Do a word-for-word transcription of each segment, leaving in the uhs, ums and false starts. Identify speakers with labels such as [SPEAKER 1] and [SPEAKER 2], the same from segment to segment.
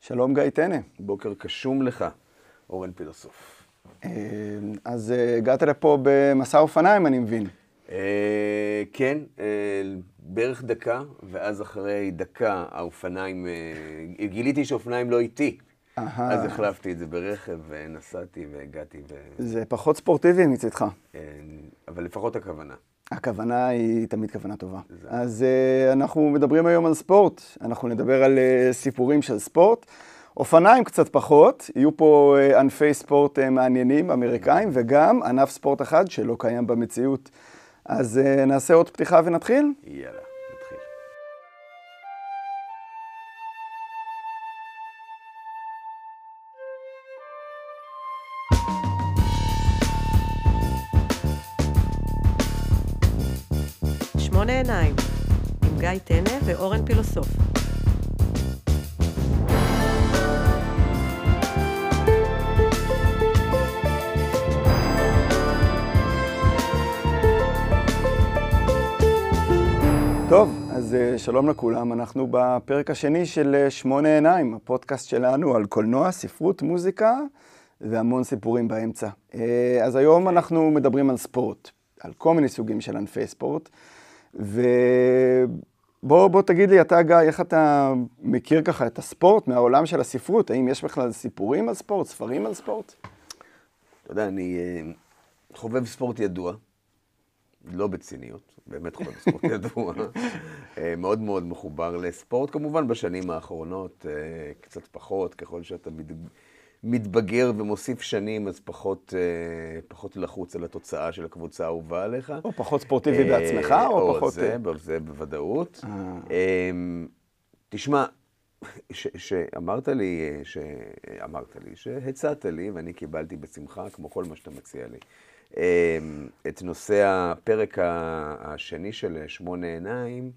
[SPEAKER 1] שלום גיא טנא.
[SPEAKER 2] בוקר קשום לך, אורן פילוסוף.
[SPEAKER 1] אז הגעת לפה במסע אופניים, אני מבין.
[SPEAKER 2] כן, בערך דקה, ואז אחרי דקה האופניים, גיליתי שאופניים לא איתי. אז החלפתי את זה ברכב, ונסעתי והגעתי.
[SPEAKER 1] זה פחות ספורטיבי מצדך.
[SPEAKER 2] אבל לפחות הכוונה.
[SPEAKER 1] הכוונה היא תמיד כוונה טובה. אז אנחנו מדברים היום על ספורט. אנחנו נדבר על סיפורים של ספורט. אופניים קצת פחות, יהיו פה ענפי ספורט מעניינים, אמריקאים, וגם ענף ספורט אחד שלא קיים במציאות. אז נעשה עוד פתיחה ונתחיל?
[SPEAKER 2] יאללה, נתחיל.
[SPEAKER 3] שמונה עיניים, עם גיא טנא ואורן פילוסוף.
[SPEAKER 1] טוב, אז שלום לכולם, אנחנו בפרק השני של שמונה עיניים, הפודקאסט שלנו על קולנוע, ספרות, מוזיקה והמון סיפורים באמצע. אז היום אנחנו מדברים על ספורט, על כל מיני סוגים של ענפי ספורט, ובוא בוא תגיד לי, אתה גיא, איך אתה מכיר ככה את הספורט מהעולם של הספרות? האם יש בכלל סיפורים על ספורט, ספרים על ספורט?
[SPEAKER 2] אתה יודע, אני חובב ספורט ידוע. לא בציניות, באמת חובב ספורט ידוע, מאוד מאוד מחובר לספורט, כמובן בשנים האחרונות, קצת פחות, ככל שאתה מתבגר ומוסיף שנים, אז פחות, פחות לחוץ על התוצאה של הקבוצה האהובה עליך.
[SPEAKER 1] או פחות ספורטיבי בעצמך, או פחות...
[SPEAKER 2] או זה, זה בוודאות. תשמע, שאמרת לי, שאמרת לי, שהצעת לי, ואני קיבלתי בשמחה, כמו כל מה שאתה מציע לי. את נושא הפרק השני של שמונה עיניים,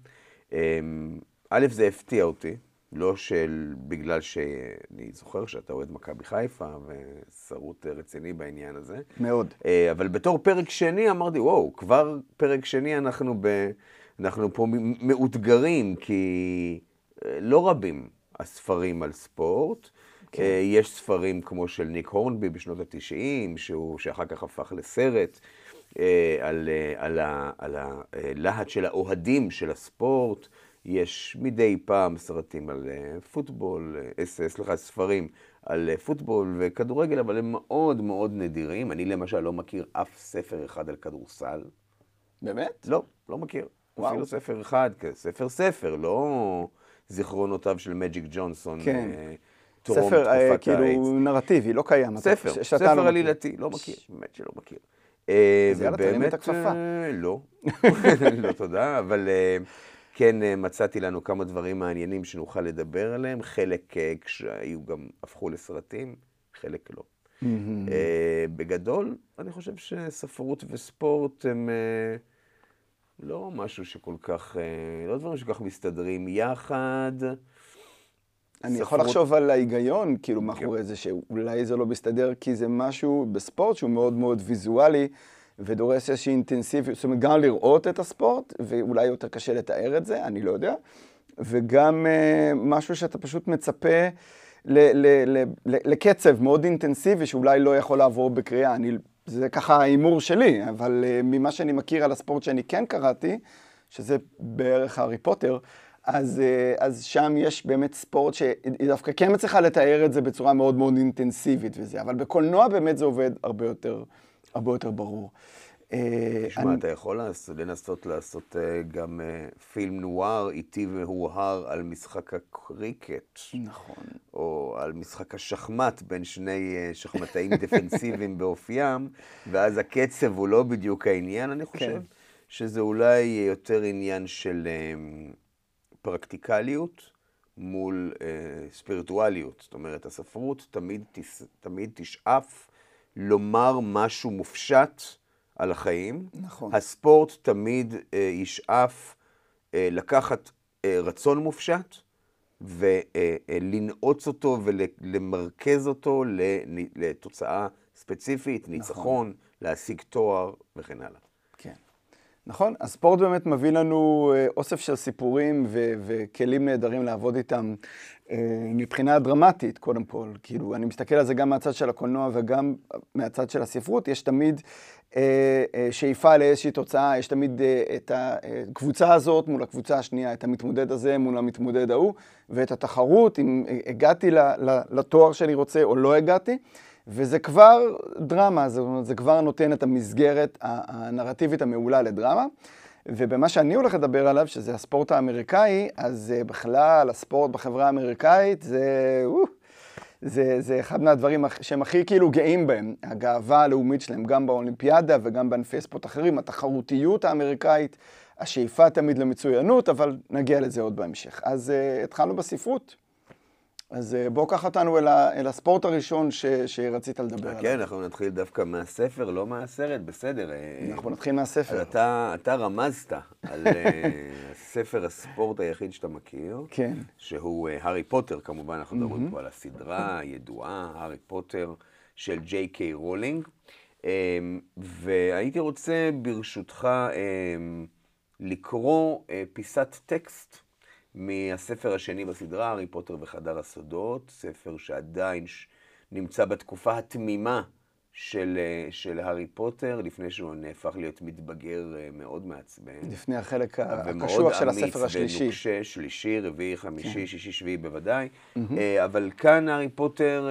[SPEAKER 2] א', זה הפתיע אותי, לא של, בגלל שאני זוכר שאתה אוהד מכבי חיפה ושרות רציני בעניין הזה.
[SPEAKER 1] מאוד.
[SPEAKER 2] אבל בתור פרק שני אמרתי, וואו, כבר פרק שני אנחנו, ב, אנחנו פה מאותגרים, כי לא רבים הספרים על ספורט. כן. יש ספרים כמו של ניק הורנבי בשנות ה-תשעים, שהוא, שאחר כך הפך לסרט, על, על, על הלהט של האוהדים של הספורט. יש מדי פעם סרטים על פוטבול, סליחה, ספרים על פוטבול וכדורגל, אבל הם מאוד מאוד נדירים. אני למשל לא מכיר אף ספר אחד על כדורסל.
[SPEAKER 1] באמת?
[SPEAKER 2] לא, לא מכיר. וואו. אפילו ספר אחד, ספר ספר, לא זיכרונותיו של מג'יק ג'ונסון.
[SPEAKER 1] כן. ספר כאילו נרטיבי, לא קיים.
[SPEAKER 2] ספר, ספר עלילתי, לא מכיר, באמת שלא מכיר.
[SPEAKER 1] אז יאללה, תרים את הכפפה.
[SPEAKER 2] לא, לא תודה, אבל כן מצאתי לנו כמה דברים מעניינים שנוכל לדבר עליהם, חלק כשהיו גם הפכו לסרטים, חלק לא. בגדול, אני חושב שספרות וספורט הם לא משהו שכל כך, לא דברים שכל כך מסתדרים יחד.
[SPEAKER 1] אני יכול לחשוב על ההיגיון, כאילו מאחורי זה, שאולי זה לא מסתדר, כי זה משהו בספורט שהוא מאוד מאוד ויזואלי, ודורס איזושהי אינטנסיביות, זאת אומרת, גם לראות את הספורט, ואולי יותר קשה לתאר את זה, אני לא יודע, וגם uh, משהו שאתה פשוט מצפה ל- ל- ל- לקצב מאוד אינטנסיבי, שאולי לא יכול לעבור בקריאה. אני, זה ככה האימור שלי, אבל uh, ממה שאני מכיר על הספורט שאני כן קראתי, שזה בערך הארי פוטר, אז, אז שם יש באמת ספורט שהיא דווקא כן מצליחה לתאר את זה בצורה מאוד מאוד אינטנסיבית וזה, אבל בקולנוע באמת זה עובד הרבה יותר, הרבה יותר ברור.
[SPEAKER 2] תשמע, אני... אתה יכול לנסות לעשות גם פילם נואר איטי והואר על משחק הקריקט.
[SPEAKER 1] נכון.
[SPEAKER 2] או על משחק השחמט בין שני שחמטאים דפנסיביים באופיים, ואז הקצב הוא לא בדיוק העניין, אני חושב. כן. שזה אולי יותר עניין של פרקטיקליות מול אה, ספיריטואליות. זאת אומרת, הספרות תמיד, תס, תמיד תשאף לומר משהו מופשט על החיים.
[SPEAKER 1] נכון.
[SPEAKER 2] הספורט תמיד אה, ישאף אה, לקחת אה, רצון מופשט ולנעוץ אותו ולמרכז אותו לתוצאה ספציפית, ניצחון, נכון. להשיג תואר וכן הלאה.
[SPEAKER 1] כן. נכון, הספורט באמת מביא לנו אוסף של סיפורים ו- וכלים נהדרים לעבוד איתם מבחינה דרמטית, קודם כל. כאילו, אני מסתכל על זה גם מהצד של הקולנוע וגם מהצד של הספרות, יש תמיד שאיפה לאיזושהי תוצאה, יש תמיד את הקבוצה הזאת מול הקבוצה השנייה, את המתמודד הזה מול המתמודד ההוא, ואת התחרות, אם הגעתי לתואר שאני רוצה או לא הגעתי, וזה כבר דרמה, זה, זה כבר נותן את המסגרת הנרטיבית המעולה לדרמה. ובמה שאני הולך לדבר עליו, שזה הספורט האמריקאי, אז בכלל הספורט בחברה האמריקאית זה, זה, זה אחד מהדברים שהם הכי כאילו גאים בהם. הגאווה הלאומית שלהם, גם באולימפיאדה וגם בענפי ספורט אחרים, התחרותיות האמריקאית, השאיפה תמיד למצוינות, אבל נגיע לזה עוד בהמשך. אז uh, התחלנו בספרות. אז בוא קח אותנו אל, ה, אל הספורט הראשון ש, שרצית לדבר עליו.
[SPEAKER 2] כן, אנחנו נתחיל דווקא מהספר, לא מהסרט, בסדר.
[SPEAKER 1] אנחנו נתחיל מהספר.
[SPEAKER 2] אתה, אתה רמזת על ספר הספורט היחיד שאתה מכיר,
[SPEAKER 1] כן.
[SPEAKER 2] שהוא הארי פוטר, כמובן, אנחנו מדברים פה על הסדרה הידועה, הארי פוטר של ג'יי קיי רולינג. והייתי רוצה ברשותך לקרוא פיסת טקסט מהספר השני בסדרה, הארי פוטר וחדר הסודות, ספר שעדיין נמצא בתקופה התמימה של, של הארי פוטר, לפני שהוא נהפך להיות מתבגר מאוד מעצבן.
[SPEAKER 1] לפני החלק הקשוח של הספר השלישי.
[SPEAKER 2] ומאוד אמיץ ונוקשה, שלישי, רביעי, חמישי, כן. שישי, שביעי בוודאי. Mm-hmm. אבל כאן הארי פוטר,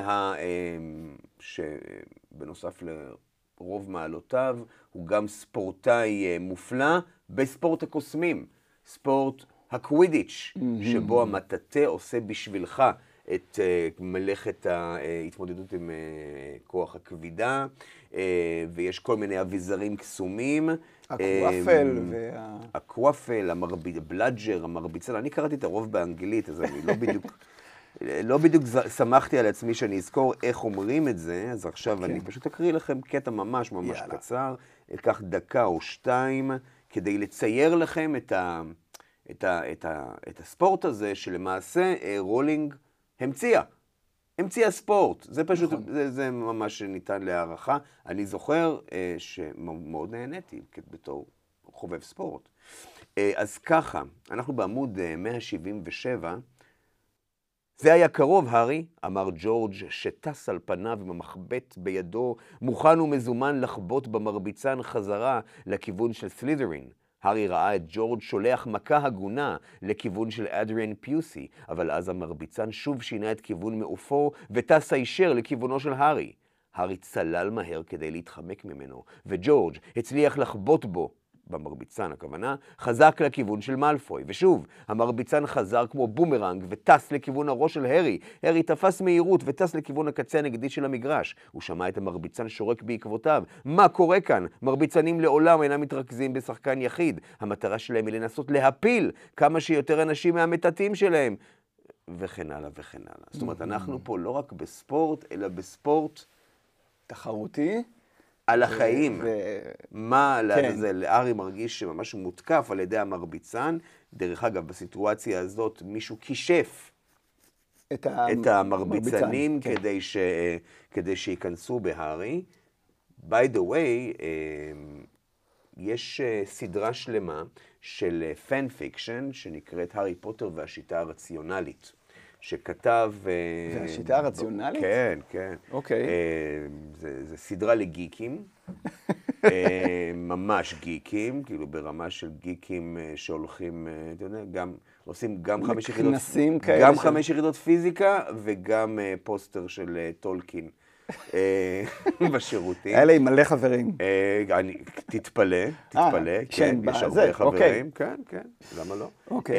[SPEAKER 2] שבנוסף לרוב מעלותיו, הוא גם ספורטאי מופלא בספורט הקוסמים. ספורט הקווידיץ', mm-hmm. שבו המטאטה עושה בשבילך את uh, מלאכת ההתמודדות עם uh, כוח הכבידה, uh, ויש כל מיני אביזרים קסומים.
[SPEAKER 1] הקוואפל.
[SPEAKER 2] uh, וה... הקוואפל, המרביד, בלאג'ר, המרביצה. אני קראתי את הרוב באנגלית, אז אני לא בדיוק, לא בדיוק שמחתי על עצמי שאני אזכור איך אומרים את זה, אז עכשיו okay. אני פשוט אקריא לכם קטע ממש ממש יאללה. קצר, אקח דקה או שתיים, כדי לצייר לכם את ה... את, ה, את, ה, את הספורט הזה, שלמעשה רולינג המציאה. המציאה ספורט. זה פשוט, נכון. זה, זה ממש ניתן להערכה. אני זוכר אה, שמאוד נהניתי בתור חובב ספורט. אה, אז ככה, אנחנו בעמוד אה, מאה שבעים ושבע. זה היה קרוב, הארי, אמר ג'ורג' שטס על פניו עם המחבט בידו, מוכן ומזומן לחבוט במרביצן חזרה לכיוון של סלית'רין. הארי ראה את ג'ורג' שולח מכה הגונה לכיוון של אדריאן פיוסי, אבל אז המרביצן שוב שינה את כיוון מעופו וטס הישר לכיוונו של הארי. הארי צלל מהר כדי להתחמק ממנו, וג'ורג' הצליח לחבוט בו, במרביצן הכוונה, חזק לכיוון של מאלפוי, ושוב, המרביצן חזר כמו בומרנג וטס לכיוון הראש של הארי. הארי תפס מהירות וטס לכיוון הקצה הנגדי של המגרש. הוא שמע את המרביצן שורק בעקבותיו. מה קורה כאן? מרביצנים לעולם אינם מתרכזים בשחקן יחיד. המטרה שלהם היא לנסות להפיל כמה שיותר אנשים מהמטאטים שלהם. וכן הלאה וכן הלאה. זאת אומרת, אנחנו פה לא רק בספורט, אלא בספורט
[SPEAKER 1] תחרותי.
[SPEAKER 2] על החיים. ו... מה כן. זה, לארי מרגיש שממש מותקף על ידי המרביצן. דרך אגב, בסיטואציה הזאת מישהו כישף את, ה... את המרביצנים כן. כדי, ש... כדי שיכנסו בהארי. by the way, יש סדרה שלמה של פן פיקשן שנקראת הארי פוטר והשיטה הרציונלית. שכתב...
[SPEAKER 1] והשיטה הרציונלית?
[SPEAKER 2] כן, כן.
[SPEAKER 1] אוקיי.
[SPEAKER 2] זה, זה סדרה לגיקים, ממש גיקים, כאילו ברמה של גיקים שהולכים, אתה יודע, גם, עושים גם חמש יחידות...
[SPEAKER 1] כנסים כאלה.
[SPEAKER 2] גם חמש יחידות פיזיקה וגם פוסטר של טולקין. בשירותים.
[SPEAKER 1] אלה עם מלא חברים.
[SPEAKER 2] תתפלא, תתפלא, כן, יש הרבה חברים, כן, כן, למה לא?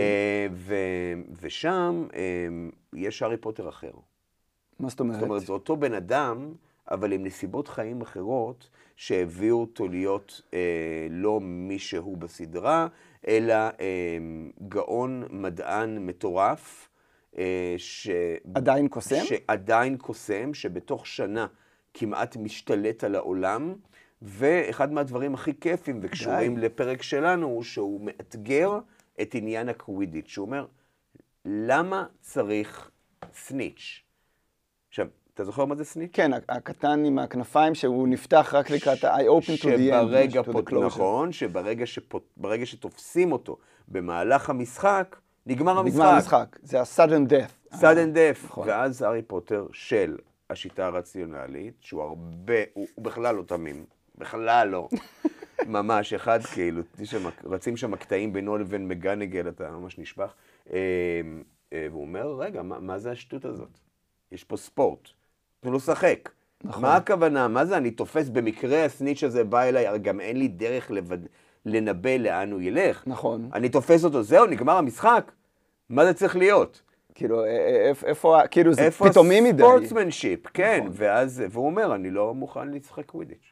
[SPEAKER 2] ושם יש הארי פוטר אחר.
[SPEAKER 1] מה זאת אומרת?
[SPEAKER 2] זאת אומרת, זה אותו בן אדם, אבל עם נסיבות חיים אחרות, שהביאו אותו להיות לא מי שהוא בסדרה, אלא גאון מדען מטורף, ש...
[SPEAKER 1] עדיין קוסם?
[SPEAKER 2] שעדיין קוסם, שבתוך שנה כמעט משתלט על העולם, ואחד מהדברים הכי כיפים וקשורים די. לפרק שלנו, הוא שהוא מאתגר את עניין הקווידיץ', שהוא אומר, למה צריך סניץ'? עכשיו, אתה זוכר מה זה סניץ'?
[SPEAKER 1] כן, הקטן עם הכנפיים שהוא נפתח רק לקראת ה-I open to the end.
[SPEAKER 2] שברגע פות... נכון, שברגע שפות... ברגע שתופסים אותו במהלך המשחק, נגמר המשחק.
[SPEAKER 1] נגמר המשחק, זה ה-sudden death.
[SPEAKER 2] sudden death, נכון. ואז הארי פוטר של השיטה הרציונלית, שהוא הרבה, הוא, הוא בכלל לא תמים, בכלל לא. ממש אחד כאילו, רצים שם הקטעים בינו לבין מגניגל, אתה ממש נשפח. והוא אומר, רגע, מה, מה זה השטות הזאת? יש פה ספורט, זה לא שחק. נכון. מה הכוונה? מה זה? אני תופס במקרה הסניץ' הזה בא אליי, גם אין לי דרך לבד... לנבא לאן הוא ילך.
[SPEAKER 1] נכון.
[SPEAKER 2] אני תופס אותו, זהו, נגמר המשחק. מה זה צריך להיות?
[SPEAKER 1] כאילו, איפה, כאילו זה פתאומי מדי.
[SPEAKER 2] איפה ספורטסמנשיפ, כן. נכון. ואז, והוא אומר, אני לא מוכן לשחק קווידיץ'.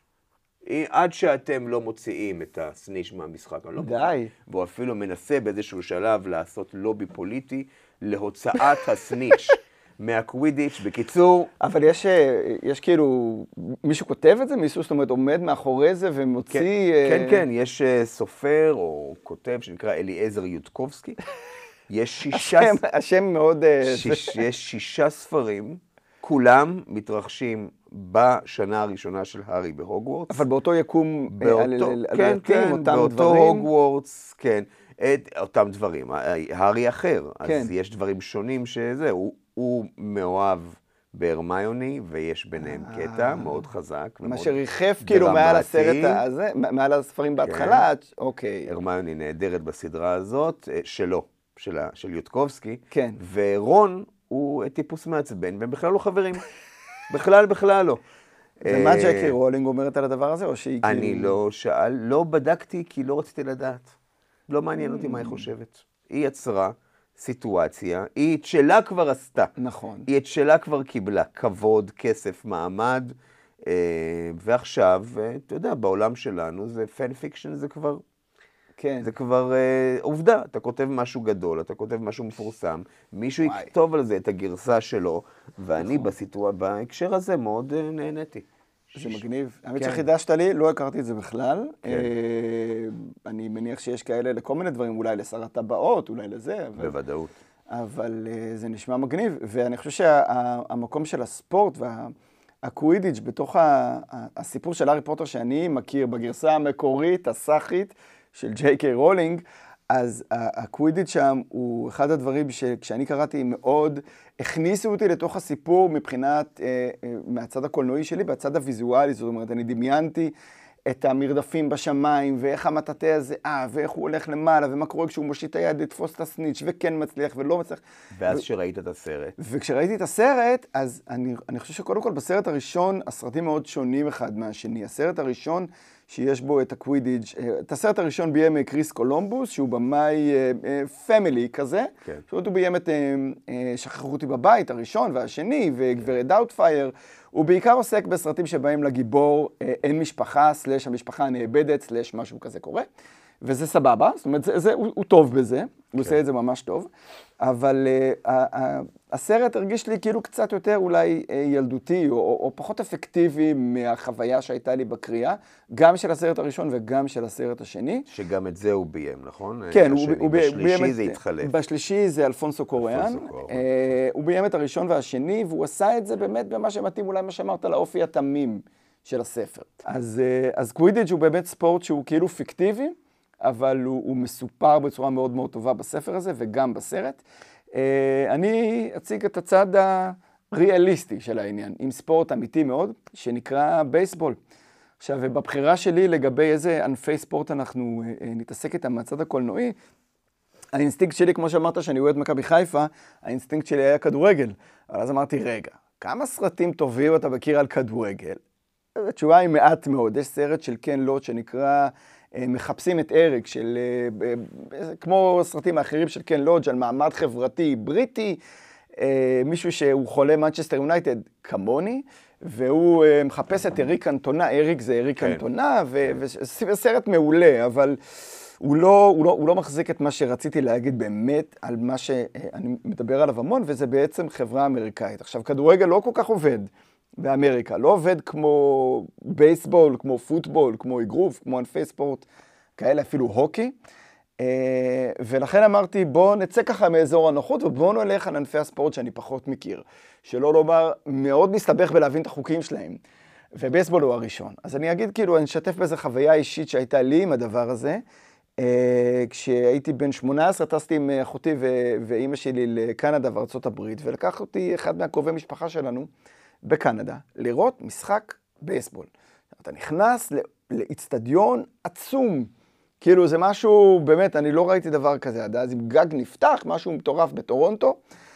[SPEAKER 2] עד שאתם לא מוציאים את הסניץ' מהמשחק, אני לא מוכן.
[SPEAKER 1] די.
[SPEAKER 2] והוא אפילו מנסה באיזשהו שלב לעשות לובי פוליטי להוצאת הסניץ' מהקווידיץ'. בקיצור...
[SPEAKER 1] אבל יש, יש כאילו, מישהו כותב את זה? מישהו, זאת אומרת, עומד מאחורי זה ומוציא...
[SPEAKER 2] כן, כן, כן, יש סופר או כותב שנקרא אליעזר יודקובסקי. יש שישה...
[SPEAKER 1] השם, השם מאוד...
[SPEAKER 2] שיש, יש שישה ספרים, כולם מתרחשים בשנה הראשונה של הארי בהוגוורטס.
[SPEAKER 1] אבל באותו יקום...
[SPEAKER 2] באותו, על, כן, על כן, אותם באותו דברים. הוגוורטס, כן, את אותם דברים. הארי אחר, כן. אז יש דברים שונים שזה, הוא, הוא מאוהב בהרמיוני, ויש ביניהם קטע מאוד חזק.
[SPEAKER 1] מה שריחף כאילו מעל הסרט הזה, מעל הספרים בהתחלה, אוקיי.
[SPEAKER 2] הרמיוני נהדרת בסדרה הזאת, שלו, של יודקובסקי,
[SPEAKER 1] כן.
[SPEAKER 2] ורון הוא טיפוס מעצבן, והם בכלל לא חברים. בכלל, בכלל לא.
[SPEAKER 1] ומה ג'יי קיי רולינג אומרת על הדבר הזה, או שהיא כאילו...
[SPEAKER 2] אני לא שאל, לא בדקתי, כי לא רציתי לדעת. לא מעניין אותי מה היא חושבת. היא יצרה סיטואציה, היא את שלה כבר עשתה.
[SPEAKER 1] נכון.
[SPEAKER 2] היא את שלה כבר קיבלה, כבוד, כסף, מעמד, ועכשיו, אתה יודע, בעולם שלנו, זה פן פיקשן, זה כבר...
[SPEAKER 1] כן.
[SPEAKER 2] זה כבר אה, עובדה, אתה כותב משהו גדול, אתה כותב משהו מפורסם, מישהו וואי. יכתוב על זה את הגרסה שלו, ואני נכון. בסיטואר, בהקשר הזה מאוד אה, נהניתי.
[SPEAKER 1] זה שיש... מגניב. האמת כן. שחידשת לי, לא הכרתי את זה בכלל. כן. אה, אני מניח שיש כאלה לכל מיני דברים, אולי לשר הטבעות, אולי לזה. אבל...
[SPEAKER 2] בוודאות.
[SPEAKER 1] אבל אה, זה נשמע מגניב, ואני חושב שהמקום של הספורט וה... הקווידיץ' בתוך ה... הסיפור של הארי פוטר שאני מכיר בגרסה המקורית, הסאחית, של ג'יי קיי רולינג, אז הקווידיץ' שם הוא אחד הדברים שכשאני קראתי מאוד, הכניסו אותי לתוך הסיפור מבחינת, אה, אה, מהצד הקולנועי שלי, והצד הוויזואלי, זאת אומרת, אני דמיינתי את המרדפים בשמיים, ואיך המטאטא הזה, אה, ואיך הוא הולך למעלה, ומה קורה כשהוא מושיט את היד לתפוס את הסניץ', וכן מצליח ולא מצליח.
[SPEAKER 2] ואז
[SPEAKER 1] ו...
[SPEAKER 2] שראית את הסרט.
[SPEAKER 1] וכשראיתי את הסרט, אז אני, אני חושב שקודם כל בסרט הראשון, הסרטים מאוד שונים אחד מהשני. הסרט הראשון, שיש בו את הקווידיג', את הסרט הראשון ביים קריס קולומבוס, שהוא במאי פמילי כזה.
[SPEAKER 2] כן.
[SPEAKER 1] זאת אומרת, הוא ביים את שכחו אותי בבית הראשון והשני, וגברת דאוטפייר. הוא בעיקר עוסק בסרטים שבהם לגיבור אין משפחה, סלש המשפחה נאבדת, סלש משהו כזה קורה. וזה סבבה, זאת אומרת, זה, זה, הוא, הוא טוב בזה, הוא כן. עושה את זה ממש טוב. אבל uh, הסרט הרגיש לי כאילו קצת יותר אולי uh, ילדותי, או, או, או פחות אפקטיבי מהחוויה שהייתה לי בקריאה, גם של הסרט הראשון וגם של הסרט השני.
[SPEAKER 2] שגם את זה הוא ביים, נכון?
[SPEAKER 1] כן, הוא, הוא ביים...
[SPEAKER 2] בשלישי זה התחלף.
[SPEAKER 1] בשלישי זה אלפונסו קוריאן. Uh, הוא ביים את הראשון והשני, והוא עשה את זה באמת במה שמתאים, אולי מה שאמרת, לאופי התמים של הספר. אז, uh, אז קווידיג' הוא באמת ספורט שהוא כאילו פיקטיבי, אבל הוא, הוא מסופר בצורה מאוד מאוד טובה בספר הזה, וגם בסרט. Uh, אני אציג את הצד הריאליסטי של העניין, עם ספורט אמיתי מאוד, שנקרא בייסבול. עכשיו, בבחירה שלי לגבי איזה ענפי ספורט אנחנו uh, נתעסק איתם מהצד הקולנועי, האינסטינקט שלי, כמו שאמרת, שאני אוהד מכבי חיפה, האינסטינקט שלי היה כדורגל. אבל אז אמרתי, רגע, כמה סרטים טובים אתה מכיר על כדורגל? התשובה היא מעט מאוד. יש סרט של קן לוט שנקרא... מחפשים את אריק, של, כמו סרטים האחרים של קן לודג' על מעמד חברתי בריטי, מישהו שהוא חולה מנצ'סטר יונייטד כמוני, והוא מחפש את אריק אנטונה, אריק זה אריק כן. אנטונה, וסרט מעולה, אבל הוא לא, הוא, לא, הוא לא מחזיק את מה שרציתי להגיד באמת על מה שאני מדבר עליו המון, וזה בעצם חברה אמריקאית. עכשיו, כדורגל לא כל כך עובד. באמריקה, לא עובד כמו בייסבול, כמו פוטבול, כמו אגרוף, כמו ענפי ספורט, כאלה אפילו הוקי. ולכן אמרתי, בוא נצא ככה מאזור הנוחות, ובואו נלך על ענפי הספורט שאני פחות מכיר. שלא לומר, מאוד מסתבך בלהבין את החוקים שלהם. ובייסבול הוא הראשון. אז אני אגיד, כאילו, אני אשתף באיזו חוויה אישית שהייתה לי עם הדבר הזה. כשהייתי בן שמונה עשרה, טסתי עם אחותי ואימא שלי לקנדה וארצות הברית, ולקח אותי אחד מהקרובי משפחה שלנו בקנדה, לראות משחק בייסבול. אתה נכנס לאצטדיון עצום, כאילו זה משהו, באמת, אני לא ראיתי דבר כזה, עד אז עם גג נפתח, משהו מטורף בטורונטו,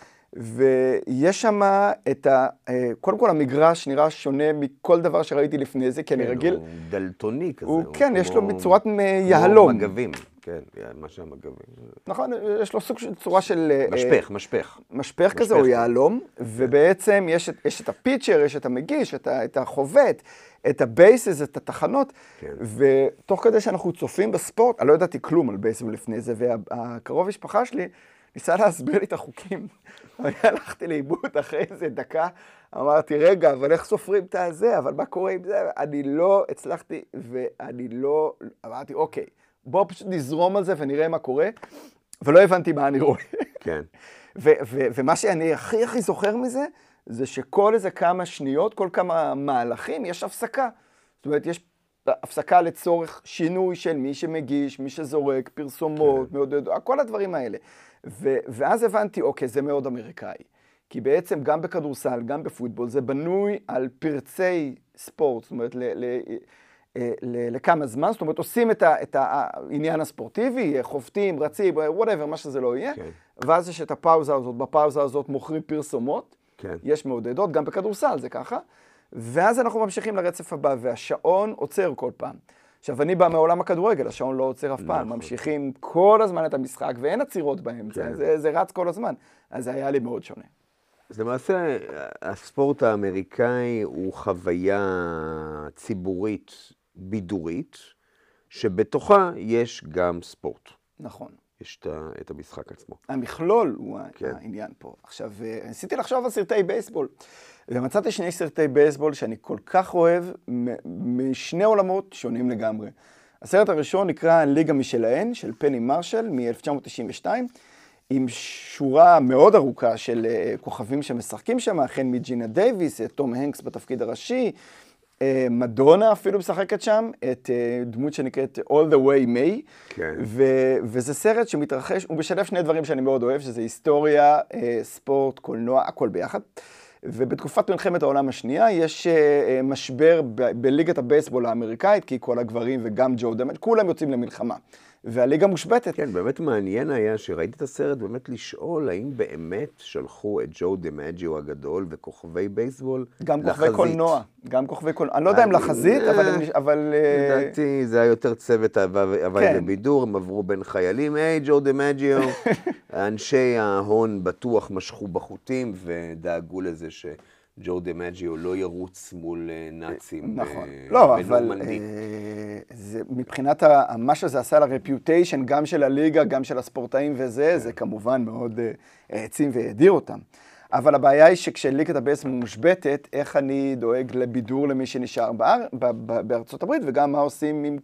[SPEAKER 1] ויש שם את ה... קודם כל המגרש נראה שונה מכל דבר שראיתי לפני זה, כי אני רגיל...
[SPEAKER 2] הוא דלטוני כזה.
[SPEAKER 1] הוא, כן, יש לו בצורת יהלום.
[SPEAKER 2] כמו מגבים, כן, מה שהמגבים.
[SPEAKER 1] נכון, יש לו סוג של צורה של...
[SPEAKER 2] משפך, משפך.
[SPEAKER 1] משפך כזה או יהלום, ובעצם יש את הפיצ'ר, יש את המגיש, את החובט, את הבייסס, את התחנות, ותוך כדי שאנחנו צופים בספורט, אני לא ידעתי כלום על בייסבול לפני זה, והקרוב משפחה שלי ניסה להסביר לי את החוקים, הלכתי לאיבוד אחרי איזה דקה, אמרתי, רגע, אבל איך סופרים את הזה, אבל מה קורה עם זה? אני לא הצלחתי, ואני לא, אמרתי, אוקיי, בואו פשוט נזרום על זה ונראה מה קורה, ולא הבנתי מה אני רואה.
[SPEAKER 2] כן.
[SPEAKER 1] ומה שאני הכי הכי זוכר מזה, זה שכל איזה כמה שניות, כל כמה מהלכים, יש הפסקה. זאת אומרת, יש הפסקה לצורך שינוי של מי שמגיש, מי שזורק, פרסומות, כן. מעודד, כל הדברים האלה. ו- ואז הבנתי, אוקיי, זה מאוד אמריקאי. כי בעצם גם בכדורסל, גם בפוטבול, זה בנוי על פרצי ספורט, זאת אומרת, ל- ל- ל- לכמה זמן, זאת אומרת, עושים את, ה- את העניין הספורטיבי, חופטים, רצים, whatever, מה שזה לא יהיה, כן. ואז יש את הפאוזה הזאת, בפאוזה הזאת מוכרים פרסומות, כן. יש מעודדות, גם בכדורסל זה ככה, ואז אנחנו ממשיכים לרצף הבא, והשעון עוצר כל פעם. עכשיו, אני בא מעולם הכדורגל, השעון לא עוצר אף פעם, ממשיכים כל הזמן את המשחק, ואין עצירות באמצע, כן. זה, זה רץ כל הזמן, אז זה היה לי מאוד שונה.
[SPEAKER 2] אז למעשה, הספורט האמריקאי הוא חוויה ציבורית בידורית, שבתוכה יש גם ספורט.
[SPEAKER 1] נכון.
[SPEAKER 2] יש את המשחק עצמו.
[SPEAKER 1] המכלול הוא כן. העניין פה. עכשיו, ניסיתי לחשוב על סרטי בייסבול, ומצאתי שני סרטי בייסבול שאני כל כך אוהב, משני עולמות שונים לגמרי. הסרט הראשון נקרא ליגה משלהן, של פני מרשל, מ-אלף תשע מאות תשעים ושתיים, עם שורה מאוד ארוכה של כוכבים שמשחקים שם, החל מג'ינה דייביס, תום הנקס בתפקיד הראשי, מדונה אפילו משחקת שם, את דמות שנקראת All the Way May, כן. ו- וזה סרט שמתרחש, הוא משלב שני דברים שאני מאוד אוהב, שזה היסטוריה, ספורט, קולנוע, הכל ביחד. ובתקופת מלחמת העולם השנייה יש משבר ב- בליגת הבייסבול האמריקאית, כי כל הגברים וגם ג'ו דמג'יו, כולם יוצאים למלחמה. והליגה מושבתת.
[SPEAKER 2] כן, באמת מעניין היה שראיתי את הסרט באמת לשאול האם באמת שלחו את ג'ו דמג'יו הגדול וכוכבי בייסבול לחזית.
[SPEAKER 1] גם כוכבי קולנוע, גם כוכבי קולנוע. אני לא יודע אם לחזית, אבל...
[SPEAKER 2] לדעתי זה היה יותר צוות הווי בבידור, הם עברו בין חיילים, היי ג'ו דמג'יו, אנשי ההון בטוח משכו בחוטים ודאגו לזה ש... ג'ו דמג'יו לא ירוץ מול נאצים.
[SPEAKER 1] נכון. לא, אבל מבחינת מה שזה עשה לרפיוטיישן, גם של הליגה, גם של הספורטאים וזה, זה כמובן מאוד העצים והדיר אותם. אבל הבעיה היא שכשליגת הבייסבול מושבתת, איך אני דואג לבידור למי שנשאר בארצות הברית, וגם מה עושים עם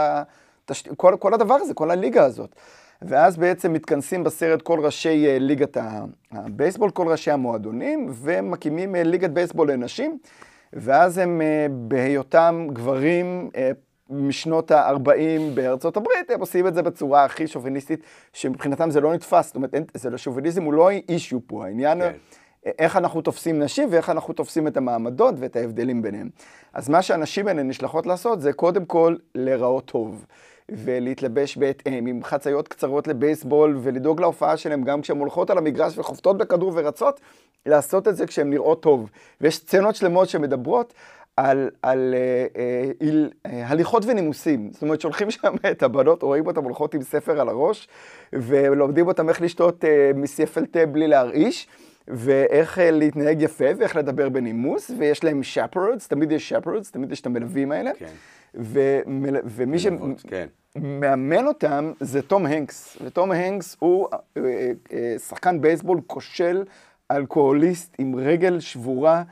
[SPEAKER 1] כל הדבר הזה, כל הליגה הזאת. ואז בעצם מתכנסים בסרט כל ראשי ליגת הבייסבול, כל ראשי המועדונים, ומקימים ליגת בייסבול לנשים, ואז הם בהיותם גברים משנות ה-ארבעים בארצות הברית, הם עושים את זה בצורה הכי שוביניסטית, שמבחינתם זה לא נתפס, זאת אומרת, זה שוביניזם הוא לא אישיו פה, העניין כן. איך אנחנו תופסים נשים, ואיך אנחנו תופסים את המעמדות ואת ההבדלים ביניהם. אז מה שהנשים האלה נשלחות לעשות, זה קודם כל להיראות טוב. ולהתלבש בהתאם, עם חצאיות קצרות לבייסבול, ולדאוג להופעה שלהם גם כשהן הולכות על המגרש וחופטות בכדור ורצות, לעשות את זה כשהן נראות טוב. ויש סצנות שלמות שמדברות על, על אה, אה, הליכות ונימוסים. זאת אומרת, שולחים שם את הבנות, רואים אותם הולכות עם ספר על הראש, ולומדים אותם איך לשתות אה, מספל תה בלי להרעיש, ואיך אה, להתנהג יפה, ואיך לדבר בנימוס, ויש להם שפרודס, תמיד יש שפרודס, תמיד יש את המלווים האלה. כן. ומל... ומי שמאמן כן. אותם זה תום הנקס, ותום הנקס הוא שחקן בייסבול כושל, אלכוהוליסט עם רגל שבורה,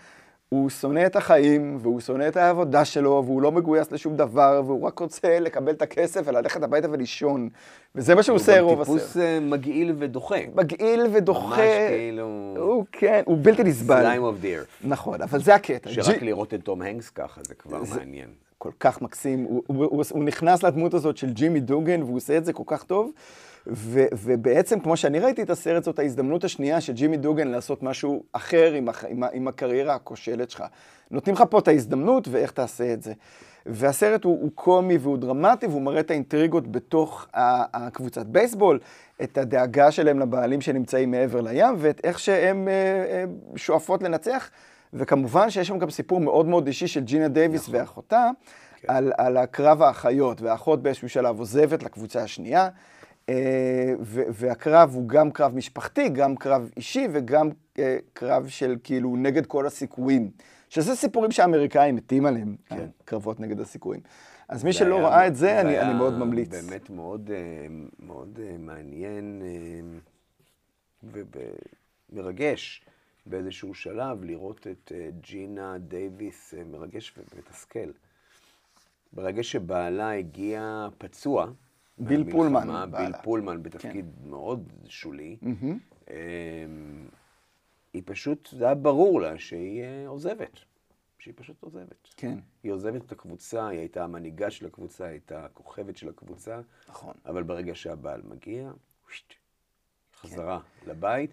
[SPEAKER 1] הוא שונא את החיים, והוא שונא את העבודה שלו, והוא לא מגויס לשום דבר, והוא רק רוצה לקבל את הכסף וללכת הביתה ולישון. וזה מה שהוא עושה רוב הסרט.
[SPEAKER 2] הוא טיפוס מגעיל ודוחה.
[SPEAKER 1] מגעיל ודוחה.
[SPEAKER 2] ממש כאילו...
[SPEAKER 1] הוא כן, הוא בלתי נסבל.
[SPEAKER 2] Slime of the earth.
[SPEAKER 1] נכון, אבל זה הקטע.
[SPEAKER 2] שרק לראות את תום הנקס ככה, זה כבר מעניין.
[SPEAKER 1] כל כך מקסים. הוא, הוא, הוא, הוא נכנס לדמות הזאת של ג'ימי דוגן, והוא עושה את זה כל כך טוב. ו, ובעצם, כמו שאני ראיתי את הסרט, זאת ההזדמנות השנייה של ג'ימי דוגן לעשות משהו אחר עם, הח, עם, עם הקריירה הכושלת שלך. נותנים לך פה את ההזדמנות ואיך תעשה את זה. והסרט הוא, הוא קומי והוא דרמטי, והוא מראה את האינטריגות בתוך הקבוצת בייסבול, את הדאגה שלהם לבעלים שנמצאים מעבר לים, ואת איך שהם שואפות לנצח. וכמובן שיש שם גם סיפור מאוד מאוד אישי של ג'ינה דייביס נכון. ואחותה, כן. על, על הקרב האחיות, והאחות באיזשהו שלב עוזבת לקבוצה השנייה, והקרב הוא גם קרב משפחתי, גם קרב אישי, וגם קרב של כאילו נגד כל הסיכויים. שזה סיפורים שהאמריקאים מתים עליהם, כן. קרבות נגד הסיכויים. אז מי שלא ראה את זה, אני, אני מאוד ממליץ.
[SPEAKER 2] זה באמת מאוד, מאוד מעניין ומרגש באיזשהו שלב לראות את ג'ינה דייביס מרגש ומתסכל. ברגע שבעלה הגיע פצוע,
[SPEAKER 1] ביל פולמן.
[SPEAKER 2] ביל פולמן בתפקיד מאוד שולי. היא פשוט, זה היה ברור לה שהיא עוזבת. שהיא פשוט עוזבת.
[SPEAKER 1] כן.
[SPEAKER 2] היא עוזבת את הקבוצה, היא הייתה המנהיגה של הקבוצה, היא הייתה הכוכבת של הקבוצה.
[SPEAKER 1] נכון.
[SPEAKER 2] אבל ברגע שהבעל מגיע, חזרה לבית.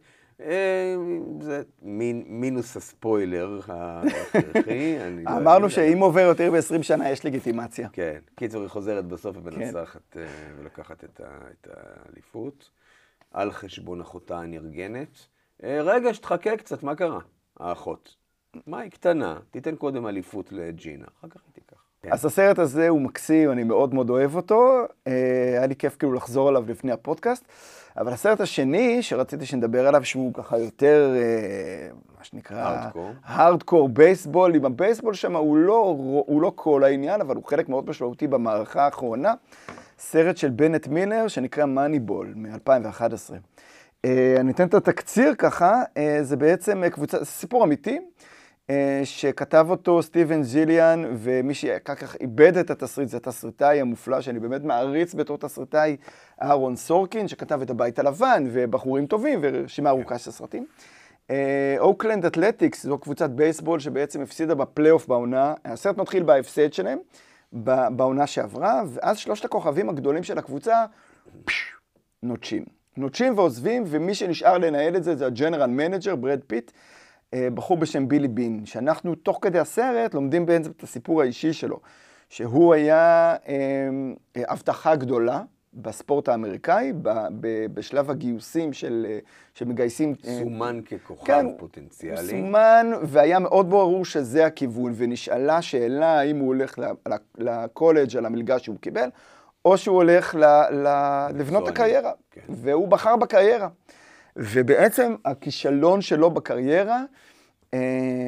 [SPEAKER 2] זה מינוס הספוילר ההכרחי.
[SPEAKER 1] אמרנו שאם עובר יותר ב-עשרים שנה יש לגיטימציה.
[SPEAKER 2] כן, קיצור היא חוזרת בסוף ומנסחת ולקחת את האליפות על חשבון אחותה הנרגנת. רגע, שתחכה קצת, מה קרה? האחות. מה היא קטנה? תיתן קודם אליפות לג'ינה, אחר כך היא תיקח.
[SPEAKER 1] אז הסרט הזה הוא מקסים, אני מאוד מאוד אוהב אותו. היה לי כיף כאילו לחזור עליו לפני הפודקאסט. אבל הסרט השני שרציתי שנדבר עליו, שהוא ככה יותר, מה שנקרא...
[SPEAKER 2] הארדקור.
[SPEAKER 1] הארדקור בייסבול. עם הבייסבול שם הוא לא, הוא לא כל העניין, אבל הוא חלק מאוד משמעותי במערכה האחרונה. סרט של בנט מילר שנקרא מאניבול מ-אלפיים ואחת עשרה. אני אתן את התקציר ככה, זה בעצם קבוצה, זה סיפור אמיתי, שכתב אותו סטיבן זיליאן, ומי שאחר כך איבד את התסריט, זה התסריטאי המופלא, שאני באמת מעריץ בתור תסריטאי, אהרון סורקין, שכתב את הבית הלבן, ובחורים טובים, ורשימה ארוכה של סרטים. אוקלנד אתלטיקס, זו קבוצת בייסבול שבעצם הפסידה בפלייאוף בעונה, הסרט מתחיל בהפסד שלהם, בעונה שעברה, ואז שלושת הכוכבים הגדולים של הקבוצה, נוטשים. נוטשים ועוזבים, ומי שנשאר לנהל את זה, זה הג'נרל מנג'ר, ברד פיט, בחור בשם בילי בין, שאנחנו תוך כדי הסרט לומדים בעצם את הסיפור האישי שלו, שהוא היה אה, הבטחה גדולה בספורט האמריקאי, ב, ב, בשלב הגיוסים של, שמגייסים...
[SPEAKER 2] סומן ככוכב
[SPEAKER 1] כן,
[SPEAKER 2] פוטנציאלי.
[SPEAKER 1] סומן, והיה מאוד ברור שזה הכיוון, ונשאלה שאלה האם הוא הולך לקולג' על המלגה שהוא קיבל, או שהוא הולך ל, ל, לבנות את הקריירה, כן. והוא בחר בקריירה. ובעצם הכישלון שלו בקריירה אה,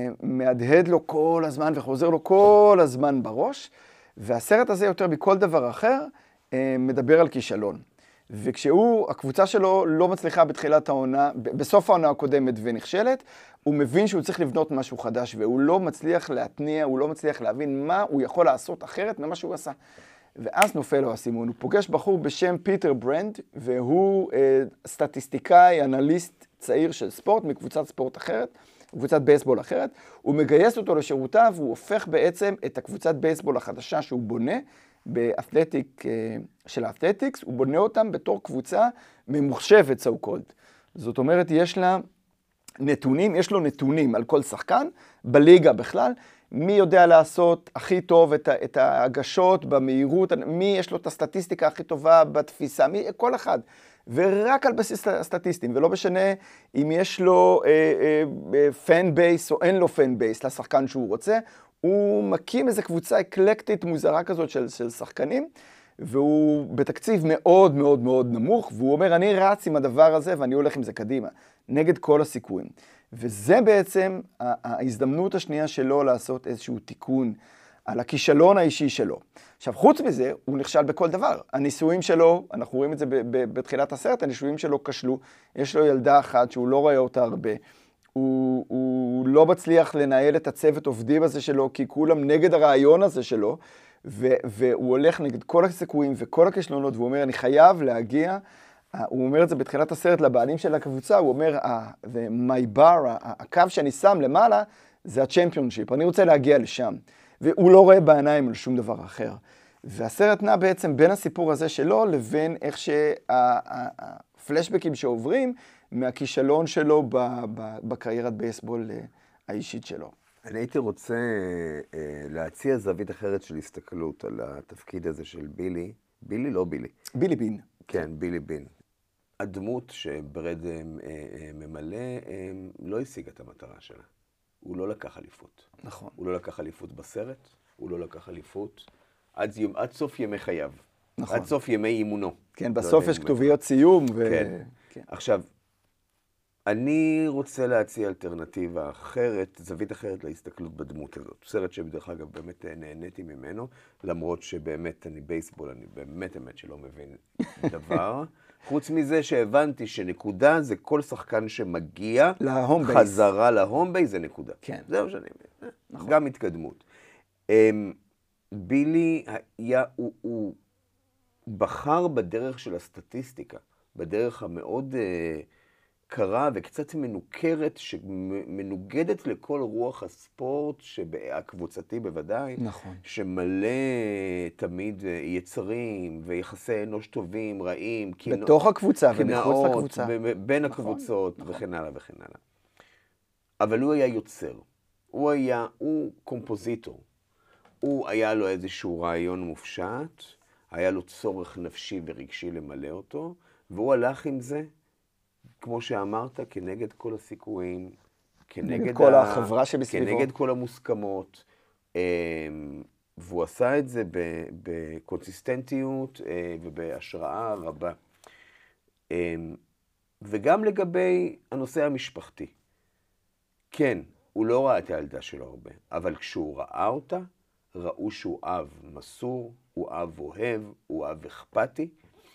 [SPEAKER 1] מהדהד לו כל הזמן וחוזר לו כל הזמן בראש, והסרט הזה יותר מכל דבר אחר אה, מדבר על כישלון. וכשהוא, הקבוצה שלו לא מצליחה בתחילת העונה, בסוף העונה הקודמת ונכשלת, הוא מבין שהוא צריך לבנות משהו חדש, והוא לא מצליח להתניע, הוא לא מצליח להבין מה הוא יכול לעשות אחרת ממה שהוא עשה. ואז נופל לו הסימון, הוא פוגש בחור בשם פיטר ברנד, והוא אה, סטטיסטיקאי, אנליסט צעיר של ספורט, מקבוצת ספורט אחרת, קבוצת בייסבול אחרת, הוא מגייס אותו לשירותיו, והוא הופך בעצם את הקבוצת בייסבול החדשה שהוא בונה, באתלטיק, אה, של האתלטיקס, הוא בונה אותם בתור קבוצה ממוחשבת, so called. זאת אומרת, יש לה נתונים, יש לו נתונים על כל שחקן, בליגה בכלל, מי יודע לעשות הכי טוב את, את ההגשות במהירות, מי יש לו את הסטטיסטיקה הכי טובה בתפיסה, מי, כל אחד. ורק על בסיס הסטטיסטים, ולא משנה אם יש לו אה, אה, פן בייס או אין לו פן בייס לשחקן שהוא רוצה, הוא מקים איזו קבוצה אקלקטית מוזרה כזאת של, של שחקנים, והוא בתקציב מאוד מאוד מאוד נמוך, והוא אומר, אני רץ עם הדבר הזה ואני הולך עם זה קדימה, נגד כל הסיכויים. וזה בעצם ההזדמנות השנייה שלו לעשות איזשהו תיקון על הכישלון האישי שלו. עכשיו, חוץ מזה, הוא נכשל בכל דבר. הניסויים שלו, אנחנו רואים את זה בתחילת הסרט, הניסויים שלו כשלו, יש לו ילדה אחת שהוא לא רואה אותה הרבה. הוא, הוא לא מצליח לנהל את הצוות עובדים הזה שלו, כי כולם נגד הרעיון הזה שלו, ו, והוא הולך נגד כל הסיכויים וכל הכישלונות, והוא אומר, אני חייב להגיע, הוא אומר את זה בתחילת הסרט לבעלים של הקבוצה, הוא אומר, my bar, הקו שאני שם למעלה, זה הצ'מפיונשיפ, אני רוצה להגיע לשם. והוא לא רואה בעיניים על שום דבר אחר. והסרט נע בעצם בין הסיפור הזה שלו, לבין איך שהפלשבקים שעוברים, מהכישלון שלו בקריירת בייסבול האישית שלו.
[SPEAKER 2] אני הייתי רוצה להציע זווית אחרת של הסתכלות על התפקיד הזה של בילי. בילי, לא בילי.
[SPEAKER 1] בילי בין.
[SPEAKER 2] כן, בילי בין. הדמות שברד ממלא לא השיגה את המטרה שלה. הוא לא לקח אליפות.
[SPEAKER 1] נכון.
[SPEAKER 2] הוא לא לקח אליפות בסרט, הוא לא לקח אליפות עד, עד סוף ימי חייו.
[SPEAKER 1] נכון.
[SPEAKER 2] עד סוף ימי אימונו.
[SPEAKER 1] כן, בסוף יש כתוביות סיום. ו...
[SPEAKER 2] כן. כן. עכשיו, אני רוצה להציע אלטרנטיבה אחרת, זווית אחרת להסתכלות בדמות הזאת. סרט שבדרך אגב באמת נהניתי ממנו, למרות שבאמת אני בייסבול, אני באמת אמת שלא מבין דבר. חוץ מזה שהבנתי שנקודה זה כל שחקן שמגיע,
[SPEAKER 1] להום בייס.
[SPEAKER 2] חזרה להום בייס זה נקודה.
[SPEAKER 1] כן.
[SPEAKER 2] זהו שאני מבין.
[SPEAKER 1] נכון.
[SPEAKER 2] גם התקדמות. בילי היה, הוא, הוא בחר בדרך של הסטטיסטיקה, בדרך המאוד uh, קרה וקצת מנוכרת, שמנוגדת לכל רוח הספורט, הקבוצתי בוודאי,
[SPEAKER 1] נכון.
[SPEAKER 2] שמלא תמיד יצרים ויחסי אנוש טובים, רעים,
[SPEAKER 1] בתוך הקבוצה ומחוץ לקבוצה.
[SPEAKER 2] בין נכון, הקבוצות נכון. וכן הלאה וכן הלאה. אבל הוא היה יוצר, הוא היה, הוא קומפוזיטור. הוא היה לו איזשהו רעיון מופשט, היה לו צורך נפשי ורגשי למלא אותו, והוא הלך עם זה, כמו שאמרת, כנגד כל הסיכויים, כנגד
[SPEAKER 1] כל ה... החברה שבסביבו.
[SPEAKER 2] כנגד כל המוסכמות, והוא עשה את זה בקונסיסטנטיות ובהשראה רבה. וגם לגבי הנושא המשפחתי. כן, הוא לא ראה את הילדה שלו הרבה, אבל כשהוא ראה אותה, ראו שהוא אב מסור, הוא אב אוהב, הוא אב אכפתי,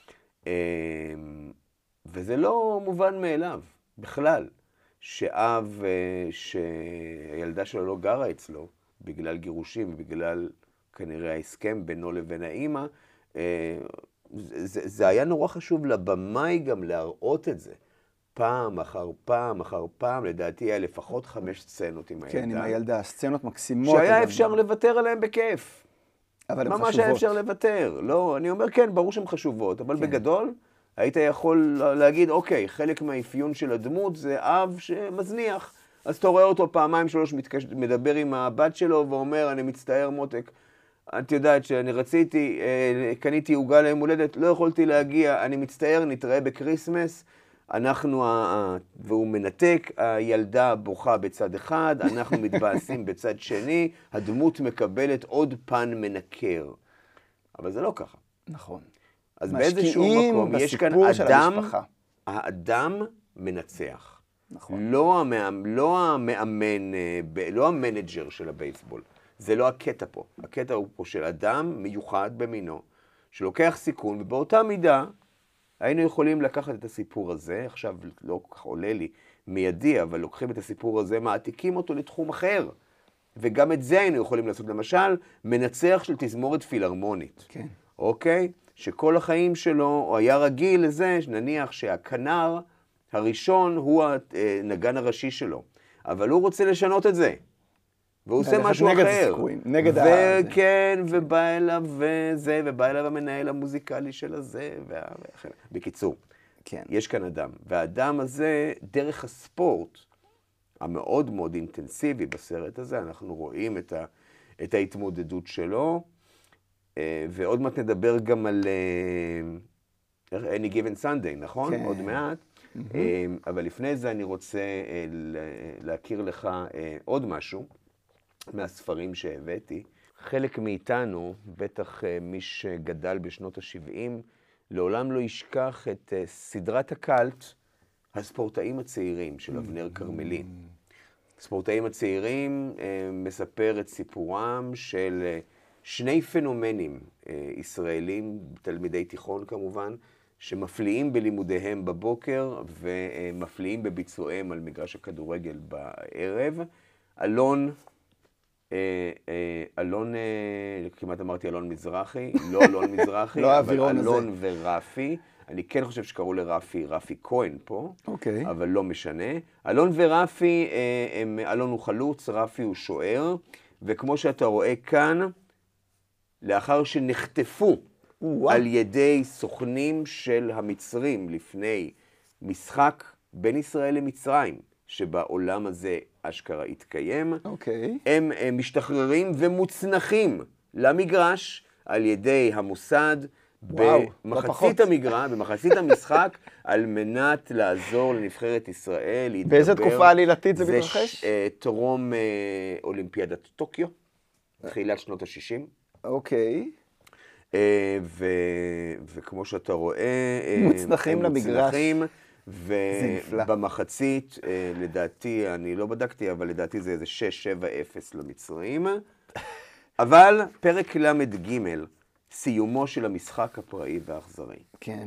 [SPEAKER 2] וזה לא מובן מאליו, בכלל, שאב שהילדה שלו לא גרה אצלו, בגלל גירושים ובגלל כנראה ההסכם בינו לבין האמא, זה, זה היה נורא חשוב לבמאי גם להראות את זה. פעם אחר פעם אחר פעם, לדעתי היה לפחות חמש סצנות עם הילדה.
[SPEAKER 1] כן, עם הילדה, סצנות מקסימות.
[SPEAKER 2] שהיה אפשר לוותר עליהן בכיף.
[SPEAKER 1] אבל הן חשובות.
[SPEAKER 2] ממש היה אפשר לוותר. לא, אני אומר, כן, ברור שהן חשובות, אבל בגדול, היית יכול להגיד, אוקיי, חלק מהאפיון של הדמות זה אב שמזניח. אז אתה רואה אותו פעמיים שלוש מתקש... מדבר עם הבת שלו ואומר, אני מצטער מותק, את יודעת שאני רציתי, קניתי עוגה ליום הולדת, לא יכולתי להגיע, אני מצטער, נתראה בקריסמס. אנחנו, והוא מנתק, הילדה בוכה בצד אחד, אנחנו מתבאסים בצד שני, הדמות מקבלת עוד פן מנקר. אבל זה לא ככה.
[SPEAKER 1] נכון.
[SPEAKER 2] אז באיזשהו מקום יש כאן אדם, האדם מנצח.
[SPEAKER 1] נכון.
[SPEAKER 2] לא המאמן, לא המאמן, לא המנג'ר של הבייסבול. זה לא הקטע פה. הקטע הוא פה של אדם מיוחד במינו, שלוקח סיכון, ובאותה מידה, היינו יכולים לקחת את הסיפור הזה, עכשיו לא כל כך עולה לי מיידי, אבל לוקחים את הסיפור הזה, מעתיקים אותו לתחום אחר. וגם את זה היינו יכולים לעשות. למשל, מנצח של תזמורת פילהרמונית.
[SPEAKER 1] כן.
[SPEAKER 2] אוקיי? שכל החיים שלו, הוא היה רגיל לזה, נניח שהכנר הראשון הוא הנגן הראשי שלו. אבל הוא רוצה לשנות את זה. והוא עושה משהו
[SPEAKER 1] נגד
[SPEAKER 2] אחר.
[SPEAKER 1] הסיכויים, נגד
[SPEAKER 2] וכן, כן, ובא אליו וזה, ובא אליו המנהל המוזיקלי של הזה, ואחר. בקיצור,
[SPEAKER 1] כן.
[SPEAKER 2] יש כאן אדם. והאדם הזה, דרך הספורט, המאוד מאוד אינטנסיבי בסרט הזה, אנחנו רואים את, ה, את ההתמודדות שלו, ועוד מעט נדבר גם על Any Given Sunday, נכון?
[SPEAKER 1] כן.
[SPEAKER 2] עוד מעט. Mm-hmm. אבל לפני זה אני רוצה להכיר לך עוד משהו. מהספרים שהבאתי. חלק מאיתנו, בטח מי שגדל בשנות ה-שבעים, לעולם לא ישכח את סדרת הקלט, הספורטאים הצעירים של אבנר כרמלין. הספורטאים הצעירים מספר את סיפורם של שני פנומנים ישראלים, תלמידי תיכון כמובן, שמפליאים בלימודיהם בבוקר ומפליאים בביצועיהם על מגרש הכדורגל בערב. אלון, אלון, כמעט אמרתי אלון מזרחי, לא אלון מזרחי,
[SPEAKER 1] לא
[SPEAKER 2] אבל
[SPEAKER 1] האווירון הזה.
[SPEAKER 2] אלון ורפי. אני כן חושב שקראו לרפי, רפי כהן פה,
[SPEAKER 1] אוקיי.
[SPEAKER 2] אבל לא משנה. אלון ורפי, הם, אלון הוא חלוץ, רפי הוא שוער, וכמו שאתה רואה כאן, לאחר שנחטפו
[SPEAKER 1] וואו.
[SPEAKER 2] על ידי סוכנים של המצרים לפני משחק בין ישראל למצרים, שבעולם הזה אשכרה התקיים,
[SPEAKER 1] אוקיי.
[SPEAKER 2] הם, הם משתחררים ומוצנחים למגרש על ידי המוסד,
[SPEAKER 1] וואו, לא
[SPEAKER 2] במחצית
[SPEAKER 1] פחות.
[SPEAKER 2] המגרש, במחצית המשחק, על מנת לעזור לנבחרת ישראל להתגבר.
[SPEAKER 1] באיזה תקופה עלילתית זה מתרחש?
[SPEAKER 2] זה uh, טרום uh, אולימפיאדת טוקיו, תחילת שנות ה-שישים.
[SPEAKER 1] אוקיי.
[SPEAKER 2] Uh, ו... וכמו שאתה רואה,
[SPEAKER 1] מוצנחים
[SPEAKER 2] הם
[SPEAKER 1] למגרש.
[SPEAKER 2] מוצנחים,
[SPEAKER 1] זה נפלא.
[SPEAKER 2] ובמחצית, uh, לדעתי, אני לא בדקתי, אבל לדעתי זה איזה שש שבע אפס למצרים. אבל פרק למד ג' סיומו של המשחק הפראי והאכזרי.
[SPEAKER 1] כן.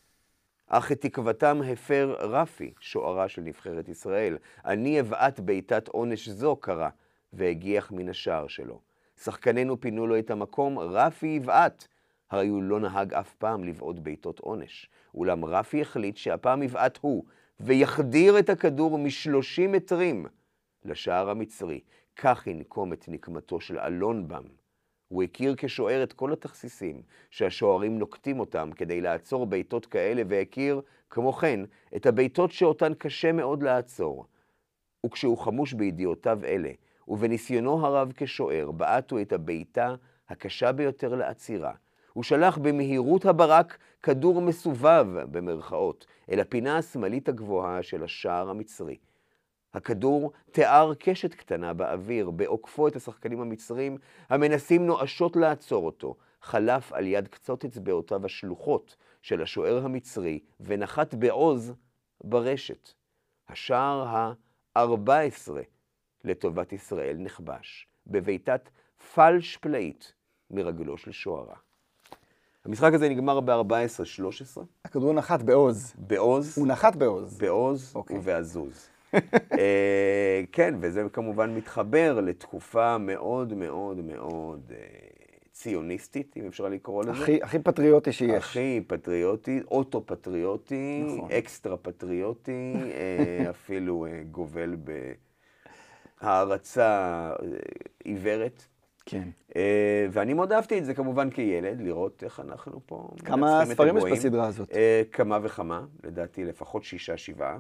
[SPEAKER 2] אך את תקוותם הפר רפי, שוערה של נבחרת ישראל. אני אבעט בעיטת עונש זו קרה, והגיח מן השער שלו. שחקנינו פינו לו את המקום, רפי יבעט. הרי הוא לא נהג אף פעם לבעוט בעיטות עונש. אולם רפי החליט שהפעם יבעט הוא, ויחדיר את הכדור משלושים מטרים לשער המצרי. כך ינקום את נקמתו של אלון בם. הוא הכיר כשוער את כל התכסיסים שהשוערים נוקטים אותם כדי לעצור בעיטות כאלה, והכיר, כמו כן, את הבעיטות שאותן קשה מאוד לעצור. וכשהוא חמוש בידיעותיו אלה, ובניסיונו הרב כשוער, בעטו את הבעיטה הקשה ביותר לעצירה. הוא שלח במהירות הברק כדור מסובב, במרכאות, אל הפינה השמאלית הגבוהה של השער המצרי. הכדור תיאר קשת קטנה באוויר, בעוקפו את השחקנים המצרים, המנסים נואשות לעצור אותו, חלף על יד קצות אצבעותיו השלוחות של השוער המצרי, ונחת בעוז ברשת. השער ה-ארבע עשרה לטובת ישראל נכבש, בביתת פלש פלאית מרגלו של שוערה. המשחק הזה נגמר ב-ארבע עשרה שלוש עשרה.
[SPEAKER 1] הכדור נחת בעוז.
[SPEAKER 2] בעוז.
[SPEAKER 1] הוא נחת בעוז.
[SPEAKER 2] בעוז
[SPEAKER 1] אוקיי.
[SPEAKER 2] ובעזוז. כן, וזה כמובן מתחבר לתקופה מאוד מאוד מאוד ציוניסטית, אם אפשר לקרוא לזה.
[SPEAKER 1] הכי, הכי פטריוטי שיש.
[SPEAKER 2] הכי פטריוטי, אוטו-פטריוטי,
[SPEAKER 1] נכון.
[SPEAKER 2] אקסטרה-פטריוטי, אפילו גובל בהערצה עיוורת.
[SPEAKER 1] כן.
[SPEAKER 2] ואני מאוד אהבתי את זה כמובן כילד, לראות איך אנחנו פה
[SPEAKER 1] כמה ספרים יש בסדרה הזאת?
[SPEAKER 2] כמה וכמה, לדעתי לפחות שישה, שבעה.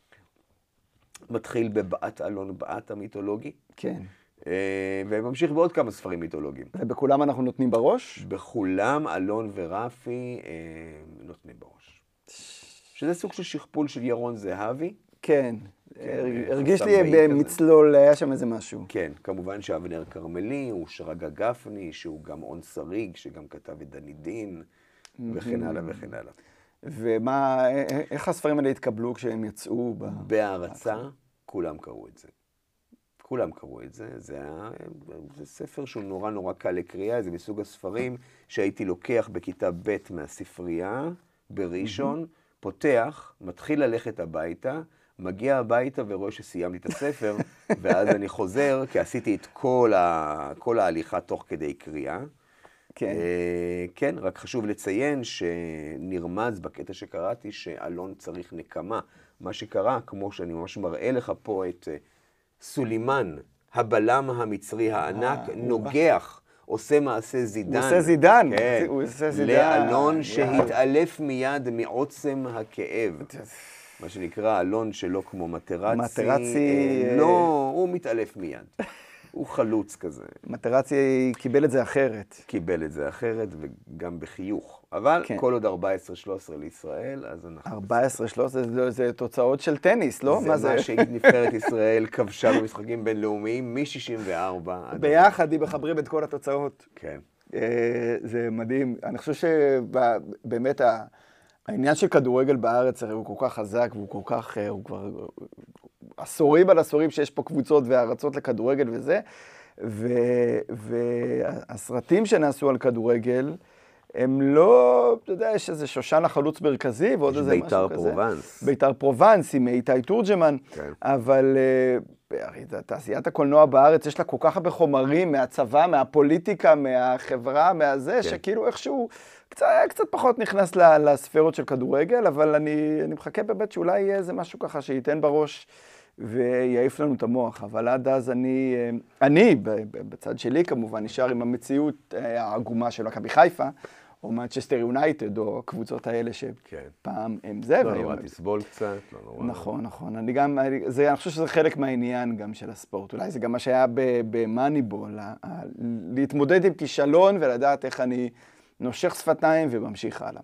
[SPEAKER 2] מתחיל בבעת אלון בעת המיתולוגי.
[SPEAKER 1] כן.
[SPEAKER 2] וממשיך בעוד כמה ספרים מיתולוגיים.
[SPEAKER 1] ובכולם אנחנו נותנים בראש?
[SPEAKER 2] בכולם אלון ורפי נותנים בראש. שזה סוג של שכפול של ירון זהבי.
[SPEAKER 1] כן. הרגיש לי במצלול, היה שם איזה משהו.
[SPEAKER 2] כן, כמובן שאבנר קרמלי, הוא שרגא גפני, שהוא גם און שריג, שגם כתב את דני דין, וכן הלאה וכן הלאה.
[SPEAKER 1] ומה, איך הספרים האלה התקבלו כשהם יצאו?
[SPEAKER 2] בהערצה, כולם קראו את זה. כולם קראו את זה. זה, היה, זה ספר שהוא נורא נורא קל לקריאה, זה מסוג הספרים שהייתי לוקח בכיתה ב' מהספרייה, בראשון, פותח, מתחיל ללכת הביתה, מגיע הביתה ורואה שסיימתי את הספר, ואז אני חוזר, כי עשיתי את כל, ה, כל ההליכה תוך כדי קריאה.
[SPEAKER 1] כן.
[SPEAKER 2] כן, רק חשוב לציין שנרמז בקטע שקראתי שאלון צריך נקמה. מה שקרה, כמו שאני ממש מראה לך פה את סולימן, הבלם המצרי הענק, נוגח, עושה מעשה זידן.
[SPEAKER 1] הוא עושה זידן.
[SPEAKER 2] כן,
[SPEAKER 1] הוא עושה זידן.
[SPEAKER 2] לאלון שהתעלף מיד מעוצם הכאב. מה שנקרא אלון שלא כמו מטרצי.
[SPEAKER 1] מטרצי...
[SPEAKER 2] לא, הוא מתעלף מיד. הוא חלוץ כזה.
[SPEAKER 1] מטרצי קיבל את זה אחרת.
[SPEAKER 2] קיבל את זה אחרת וגם בחיוך. אבל כן. כל עוד ארבע עשרה שלוש עשרה לישראל, אז אנחנו...
[SPEAKER 1] ארבע עשרה שלוש עשרה זה, זה תוצאות של טניס, לא?
[SPEAKER 2] זה
[SPEAKER 1] מה,
[SPEAKER 2] מה
[SPEAKER 1] זה?
[SPEAKER 2] שנבחרת ישראל כבשה במשחקים בינלאומיים מ-שישים וארבע.
[SPEAKER 1] ביחד היא מחברים את כל התוצאות.
[SPEAKER 2] כן.
[SPEAKER 1] זה מדהים. אני חושב שבאמת העניין של כדורגל בארץ הוא כל כך חזק, והוא כל כך, הוא כבר עשורים על עשורים שיש פה קבוצות והארצות לכדורגל וזה, והסרטים שנעשו על כדורגל, הם לא, אתה יודע, יש איזה שושן החלוץ מרכזי ועוד איזה משהו כזה.
[SPEAKER 2] ביתר פרובנס.
[SPEAKER 1] ביתר פרובנס עם איתי תורג'מן,
[SPEAKER 2] כן.
[SPEAKER 1] אבל uh, תעשיית הקולנוע בארץ יש לה כל כך הרבה חומרים מהצבא, מהפוליטיקה, מהחברה, מהזה, כן. שכאילו איכשהו קצת, קצת פחות נכנס לספירות של כדורגל, אבל אני, אני מחכה באמת שאולי יהיה איזה משהו ככה שייתן בראש ויעיף לנו את המוח, אבל עד אז אני, אני בצד שלי כמובן, נשאר עם המציאות העגומה של מכבי חיפה, או מנצ'סטר יונייטד, או הקבוצות האלה שפעם הם זה.
[SPEAKER 2] לא נורא, תסבול קצת, לא נורא.
[SPEAKER 1] נכון, נכון. אני גם, זה, אני חושב שזה חלק מהעניין גם של הספורט. אולי זה גם מה שהיה במאניבול, להתמודד עם כישלון ולדעת איך אני נושך שפתיים וממשיך הלאה.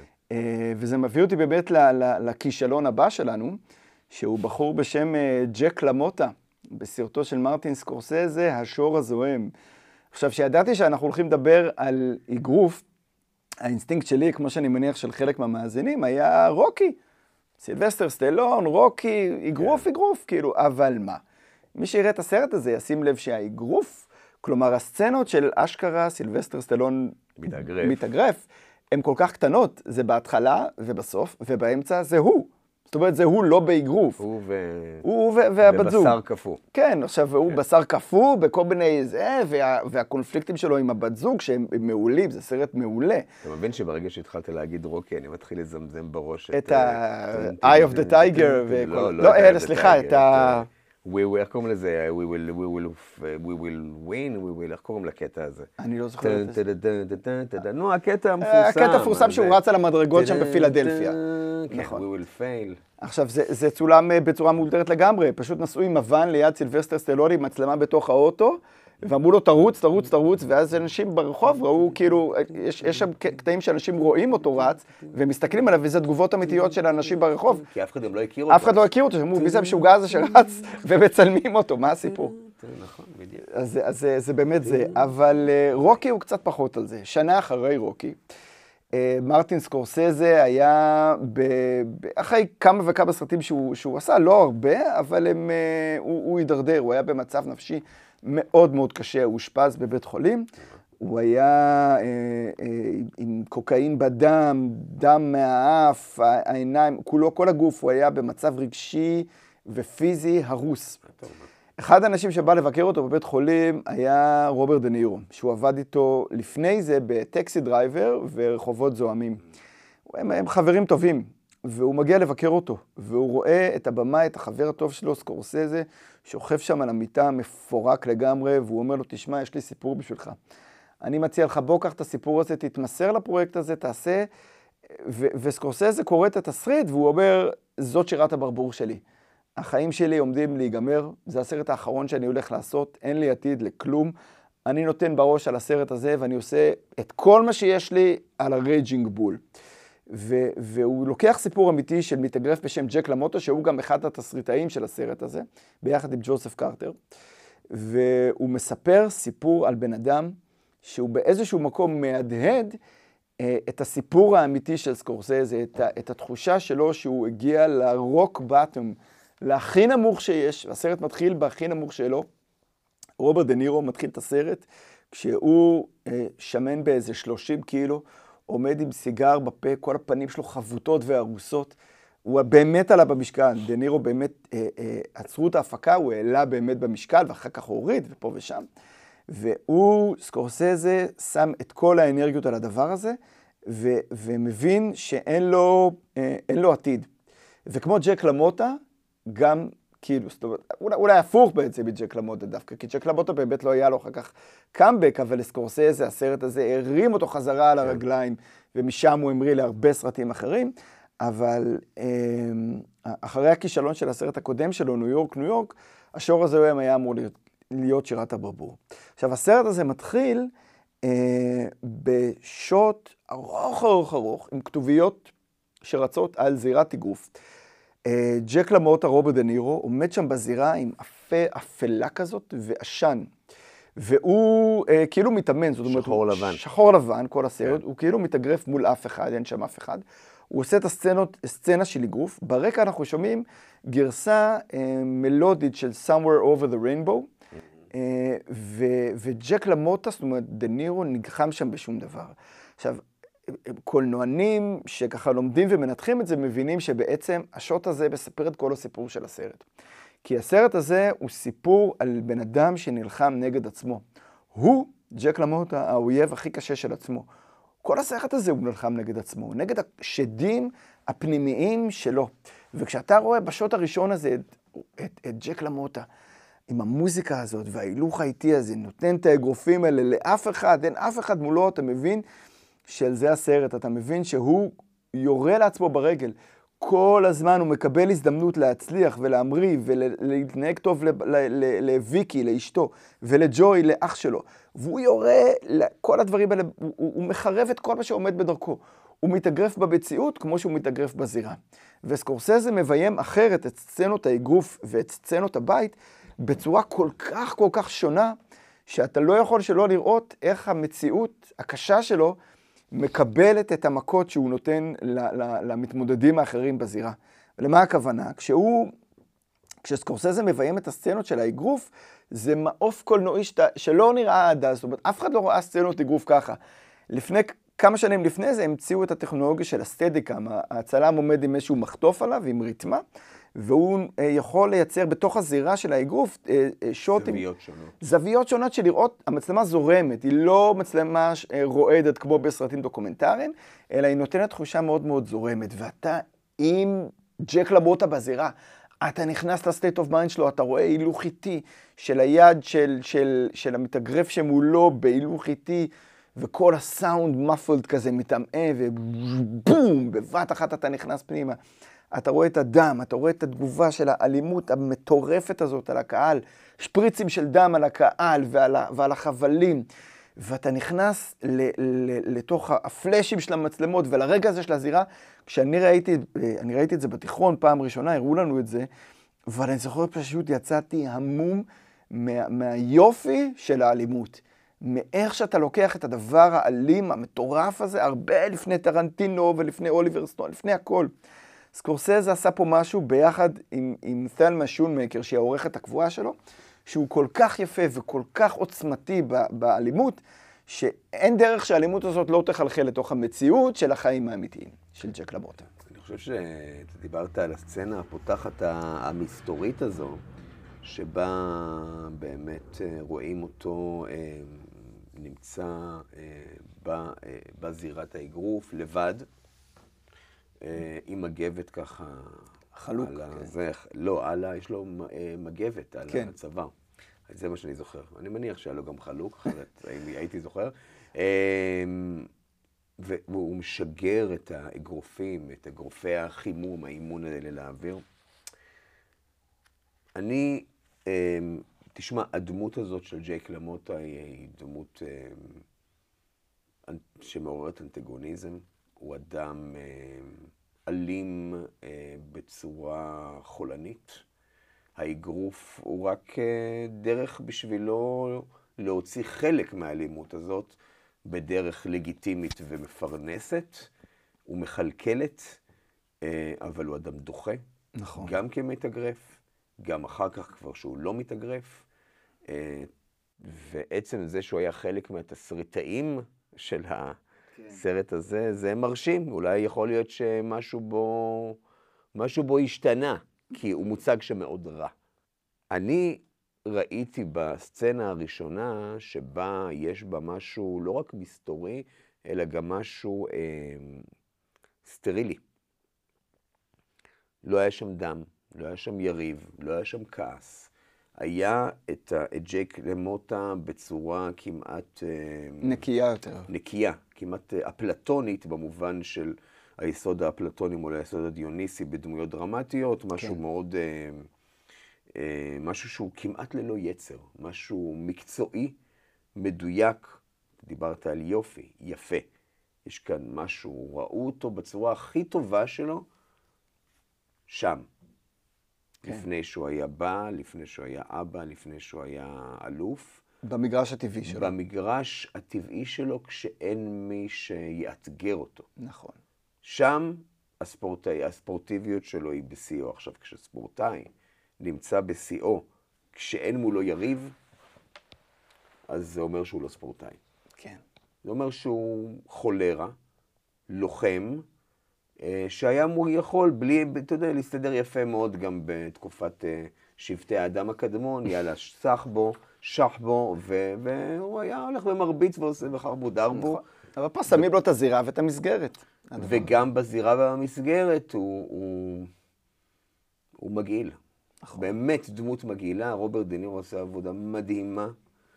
[SPEAKER 1] וזה מביא אותי באמת לכישלון הבא שלנו, שהוא בחור בשם ג'ק למוטה, בסרטו של מרטין סקורסזה, השור הזוהם. עכשיו, שידעתי שאנחנו הולכים לדבר על אגרוף, האינסטינקט שלי, כמו שאני מניח של חלק מהמאזינים, היה רוקי. סילבסטר סטלון, רוקי, אגרוף, אגרוף, כאילו, אבל מה? מי שיראה את הסרט הזה ישים לב שהאגרוף, כלומר, הסצנות של אשכרה, סילבסטר סטלון
[SPEAKER 2] מתאגרף,
[SPEAKER 1] מתאגרף הן כל כך קטנות, זה בהתחלה ובסוף, ובאמצע זה הוא. זאת אומרת, זה הוא לא באגרוף.
[SPEAKER 2] הוא ו...
[SPEAKER 1] הוא ו... והבת זוג.
[SPEAKER 2] ובשר קפוא.
[SPEAKER 1] כן, עכשיו, הוא בשר קפוא בכל מיני זה, וה... והקונפליקטים שלו עם הבת זוג, שהם מעולים, זה סרט מעולה.
[SPEAKER 2] אתה מבין שברגע שהתחלת להגיד רוקי, אני מתחיל לזמזם בראש
[SPEAKER 1] את ה-Eye of the Tiger.
[SPEAKER 2] לא,
[SPEAKER 1] לא, אלה, סליחה, את ה...
[SPEAKER 2] איך קוראים לזה? We will, we will, we will win, we will, איך קוראים לקטע הזה?
[SPEAKER 1] אני לא זוכר את זה.
[SPEAKER 2] נו, הקטע המפורסם.
[SPEAKER 1] הקטע המפורסם שהוא רץ על המדרגות שם בפילדלפיה.
[SPEAKER 2] נכון. We will fail.
[SPEAKER 1] עכשיו, זה צולם בצורה מאולתרת לגמרי. פשוט נסעו עם אבן ליד סילבסטר סטלוני, מצלמה בתוך האוטו, ואמרו לו, תרוץ, תרוץ, תרוץ, ואז אנשים ברחוב ראו, כאילו, יש, יש שם קטעים שאנשים רואים אותו רץ, ומסתכלים עליו, וזה תגובות אמיתיות של האנשים ברחוב.
[SPEAKER 2] כי אף אחד גם לא הכיר אותו.
[SPEAKER 1] אף אחד לא הכיר אותו, שאמרו, מי זה המשוגע הזה שרץ, ומצלמים אותו, מה הסיפור?
[SPEAKER 2] נכון, בדיוק.
[SPEAKER 1] אז, אז זה באמת זה, אבל רוקי הוא קצת פחות על זה. שנה אחרי רוקי, מרטין סקורסזה היה, ב, אחרי כמה וכמה סרטים שהוא, שהוא עשה, לא הרבה, אבל הם, הוא, הוא הידרדר, הוא היה במצב נפשי מאוד מאוד קשה, הוא אושפז בבית חולים, הוא היה אה, אה, עם קוקאין בדם, דם מהאף, העיניים, כולו, כל הגוף, הוא היה במצב רגשי ופיזי הרוס. אחד האנשים שבא לבקר אותו בבית חולים היה רוברט דה נירו, שהוא עבד איתו לפני זה בטקסי דרייבר ורחובות זוהמים. הם, הם חברים טובים, והוא מגיע לבקר אותו, והוא רואה את הבמה, את החבר הטוב שלו, סקורסזה, שוכב שם על המיטה מפורק לגמרי, והוא אומר לו, תשמע, יש לי סיפור בשבילך. אני מציע לך, בוא, קח את הסיפור הזה, תתמסר לפרויקט הזה, תעשה, ו- וסקורסזה קורא את התסריט, והוא אומר, זאת שירת הברבור שלי. החיים שלי עומדים להיגמר, זה הסרט האחרון שאני הולך לעשות, אין לי עתיד לכלום. אני נותן בראש על הסרט הזה, ואני עושה את כל מה שיש לי על הרייג'ינג בול. ו- והוא לוקח סיפור אמיתי של מתאגרף בשם ג'ק למוטה, שהוא גם אחד התסריטאים של הסרט הזה, ביחד עם ג'וסף קרטר. והוא מספר סיפור על בן אדם, שהוא באיזשהו מקום מהדהד אה, את הסיפור האמיתי של סקורסזה, את, ה- את התחושה שלו שהוא הגיע לרוק בטום, להכי נמוך שיש, הסרט מתחיל בהכי נמוך שלו. רוברט דה נירו מתחיל את הסרט, כשהוא אה, שמן באיזה שלושים קילו, עומד עם סיגר בפה, כל הפנים שלו חבוטות והרוסות. הוא באמת עלה במשקל, דה נירו באמת אה, אה, עצרו את ההפקה, הוא העלה באמת במשקל, ואחר כך הוריד, ופה ושם. והוא, סקורסזה, שם את כל האנרגיות על הדבר הזה, ו- ומבין שאין לו, אה, אין לו עתיד. וכמו ג'ק למוטה, גם כאילו, אולי, אולי הפוך בעצם מג'ק למוטה דווקא, כי ג'ק למוטה באמת לא היה לו אחר כך קאמבק, אבל לסקורסזה, הסרט הזה הרים אותו חזרה על הרגליים, ומשם הוא המריא להרבה סרטים אחרים, אבל אחרי הכישלון של הסרט הקודם שלו, ניו יורק, ניו יורק, השור הזה היה אמור להיות, להיות שירת הברבור. עכשיו, הסרט הזה מתחיל אה, בשוט ארוך ארוך ארוך, עם כתוביות שרצות על זירת אגרוף. ג'ק למוטה, רוברט דה נירו, עומד שם בזירה עם אפה, אפלה כזאת ועשן. והוא אה, כאילו מתאמן, זאת אומרת,
[SPEAKER 2] שחור לבן.
[SPEAKER 1] שחור לבן, כל הסרט, הוא כאילו מתאגרף מול אף אחד, אין שם אף אחד. הוא עושה את הסצנות, סצנה של אגרוף. ברקע אנחנו שומעים גרסה אה, מלודית של Somewhere Over the Rainbow, אה, ו- וג'ק למוטה, זאת אומרת, דה נירו נגחם שם בשום דבר. עכשיו, קולנוענים שככה לומדים ומנתחים את זה, מבינים שבעצם השוט הזה מספר את כל הסיפור של הסרט. כי הסרט הזה הוא סיפור על בן אדם שנלחם נגד עצמו. הוא, ג'ק למוטה, האויב הכי קשה של עצמו. כל הסרט הזה הוא נלחם נגד עצמו, נגד השדים הפנימיים שלו. וכשאתה רואה בשוט הראשון הזה את, את, את ג'ק למוטה, עם המוזיקה הזאת וההילוך האיטי הזה, נותן את האגרופים האלה לאף אחד, אין אף אחד מולו, אתה מבין של זה הסרט, אתה מבין שהוא יורה לעצמו ברגל. כל הזמן הוא מקבל הזדמנות להצליח ולהמריא ולהתנהג טוב לוויקי, לאשתו, ולג'וי, לאח שלו. והוא יורה לכל הדברים האלה, הוא, הוא מחרב את כל מה שעומד בדרכו. הוא מתאגרף במציאות כמו שהוא מתאגרף בזירה. וסקורסזה מביים אחרת את סצנות האגרוף ואת סצנות הבית בצורה כל כך כל כך שונה, שאתה לא יכול שלא לראות איך המציאות הקשה שלו מקבלת את המכות שהוא נותן למתמודדים האחרים בזירה. ולמה הכוונה? כשהוא, כשסקורסזה מביים את הסצנות של האגרוף, זה מעוף קולנועי שלא נראה עד אז, זאת אומרת, אף אחד לא רואה סצנות אגרוף ככה. לפני, כמה שנים לפני זה המציאו את הטכנולוגיה של הסטדיקאם, הצלם עומד עם איזשהו מחטוף עליו, עם ריתמה, והוא יכול לייצר בתוך הזירה של האגרוף שוטים.
[SPEAKER 2] זוויות שונות.
[SPEAKER 1] זוויות שונות של לראות, המצלמה זורמת, היא לא מצלמה רועדת כמו בסרטים דוקומנטריים, אלא היא נותנת תחושה מאוד מאוד זורמת. ואתה עם ג'ק למוטה בזירה, אתה נכנס לסטייט אוף מיינד שלו, אתה רואה הילוך איטי של היד של, של, של המתאגרף שמולו בהילוך איטי, וכל הסאונד מפלד כזה מתאמעה, ובום, בבת אחת אתה נכנס פנימה. אתה רואה את הדם, אתה רואה את התגובה של האלימות המטורפת הזאת על הקהל, שפריצים של דם על הקהל ועל, ועל החבלים, ואתה נכנס ל, ל, לתוך הפלאשים של המצלמות ולרגע הזה של הזירה. כשאני ראיתי, אני ראיתי את זה בתיכון פעם ראשונה, הראו לנו את זה, אבל אני זוכר פשוט יצאתי המום מה, מהיופי של האלימות. מאיך שאתה לוקח את הדבר האלים, המטורף הזה, הרבה לפני טרנטינו ולפני אוליבר סטון, לפני הכל. סקורסזה עשה פה משהו ביחד עם, עם תלמה שונמקר, שהיא העורכת הקבועה שלו, שהוא כל כך יפה וכל כך עוצמתי באלימות, שאין דרך שהאלימות הזאת לא תחלחל לתוך המציאות של החיים האמיתיים, של ג'ק למוטה.
[SPEAKER 2] אני חושב שדיברת על הסצנה הפותחת המסתורית הזו, שבה באמת רואים אותו נמצא בזירת האגרוף לבד, עם מגבת ככה.
[SPEAKER 1] חלוק.
[SPEAKER 2] כן. זה, לא, על ה, יש לו מגבת על כן. הצבא. זה מה שאני זוכר. אני מניח שהיה לו גם חלוק, אחרת הייתי זוכר. והוא משגר את האגרופים, את אגרופי החימום, האימון האלה לאוויר. אני, תשמע, הדמות הזאת של ג'ק למוטה היא דמות שמעוררת אנטגוניזם. הוא אדם אלים בצורה חולנית. האגרוף הוא רק דרך בשבילו להוציא חלק מהאלימות הזאת בדרך לגיטימית ומפרנסת ומחלקלת, אבל הוא אדם דוחה.
[SPEAKER 1] נכון.
[SPEAKER 2] גם כמתאגרף, גם אחר כך כבר שהוא לא מתאגרף. ועצם זה שהוא היה חלק מהתסריטאים של הסרט הזה, זה מרשים. אולי יכול להיות שמשהו בו, משהו בו השתנה, כי הוא מוצג שמאוד רע. אני ראיתי בסצנה הראשונה שבה יש בה משהו לא רק מסתורי, אלא גם משהו אה, סטרילי. לא היה שם דם, לא היה שם יריב, לא היה שם כעס. היה את, את ג'ק למוטה בצורה כמעט...
[SPEAKER 1] נקייה יותר.
[SPEAKER 2] נקייה, כמעט אפלטונית במובן של היסוד האפלטוני מול היסוד הדיוניסי בדמויות דרמטיות, משהו כן. מאוד... אה, אה, משהו שהוא כמעט ללא יצר, משהו מקצועי, מדויק. דיברת על יופי, יפה. יש כאן משהו, ראו אותו בצורה הכי טובה שלו, שם. כן. לפני שהוא היה בא, לפני שהוא היה אבא, לפני שהוא היה אלוף.
[SPEAKER 1] במגרש הטבעי שלו.
[SPEAKER 2] במגרש הטבעי שלו, כשאין מי שיאתגר אותו.
[SPEAKER 1] נכון.
[SPEAKER 2] שם הספורטאי, הספורטיביות שלו היא בשיאו. עכשיו, כשספורטאי נמצא בשיאו, כשאין מולו יריב, אז זה אומר שהוא לא ספורטאי.
[SPEAKER 1] כן.
[SPEAKER 2] זה אומר שהוא חולרה, לוחם, שהיה יכול, בלי, אתה יודע, להסתדר יפה מאוד גם בתקופת שבטי האדם הקדמון, יאללה, סח בו, שח בו, ו- והוא היה הולך ומרביץ ועושה וחרבו דרבו.
[SPEAKER 1] אבל פה שמים לו את הזירה ואת המסגרת.
[SPEAKER 2] וגם בזירה ובמסגרת הוא, הוא, הוא מגעיל. באמת דמות מגעילה, רוברט דה נירו עושה עבודה מדהימה,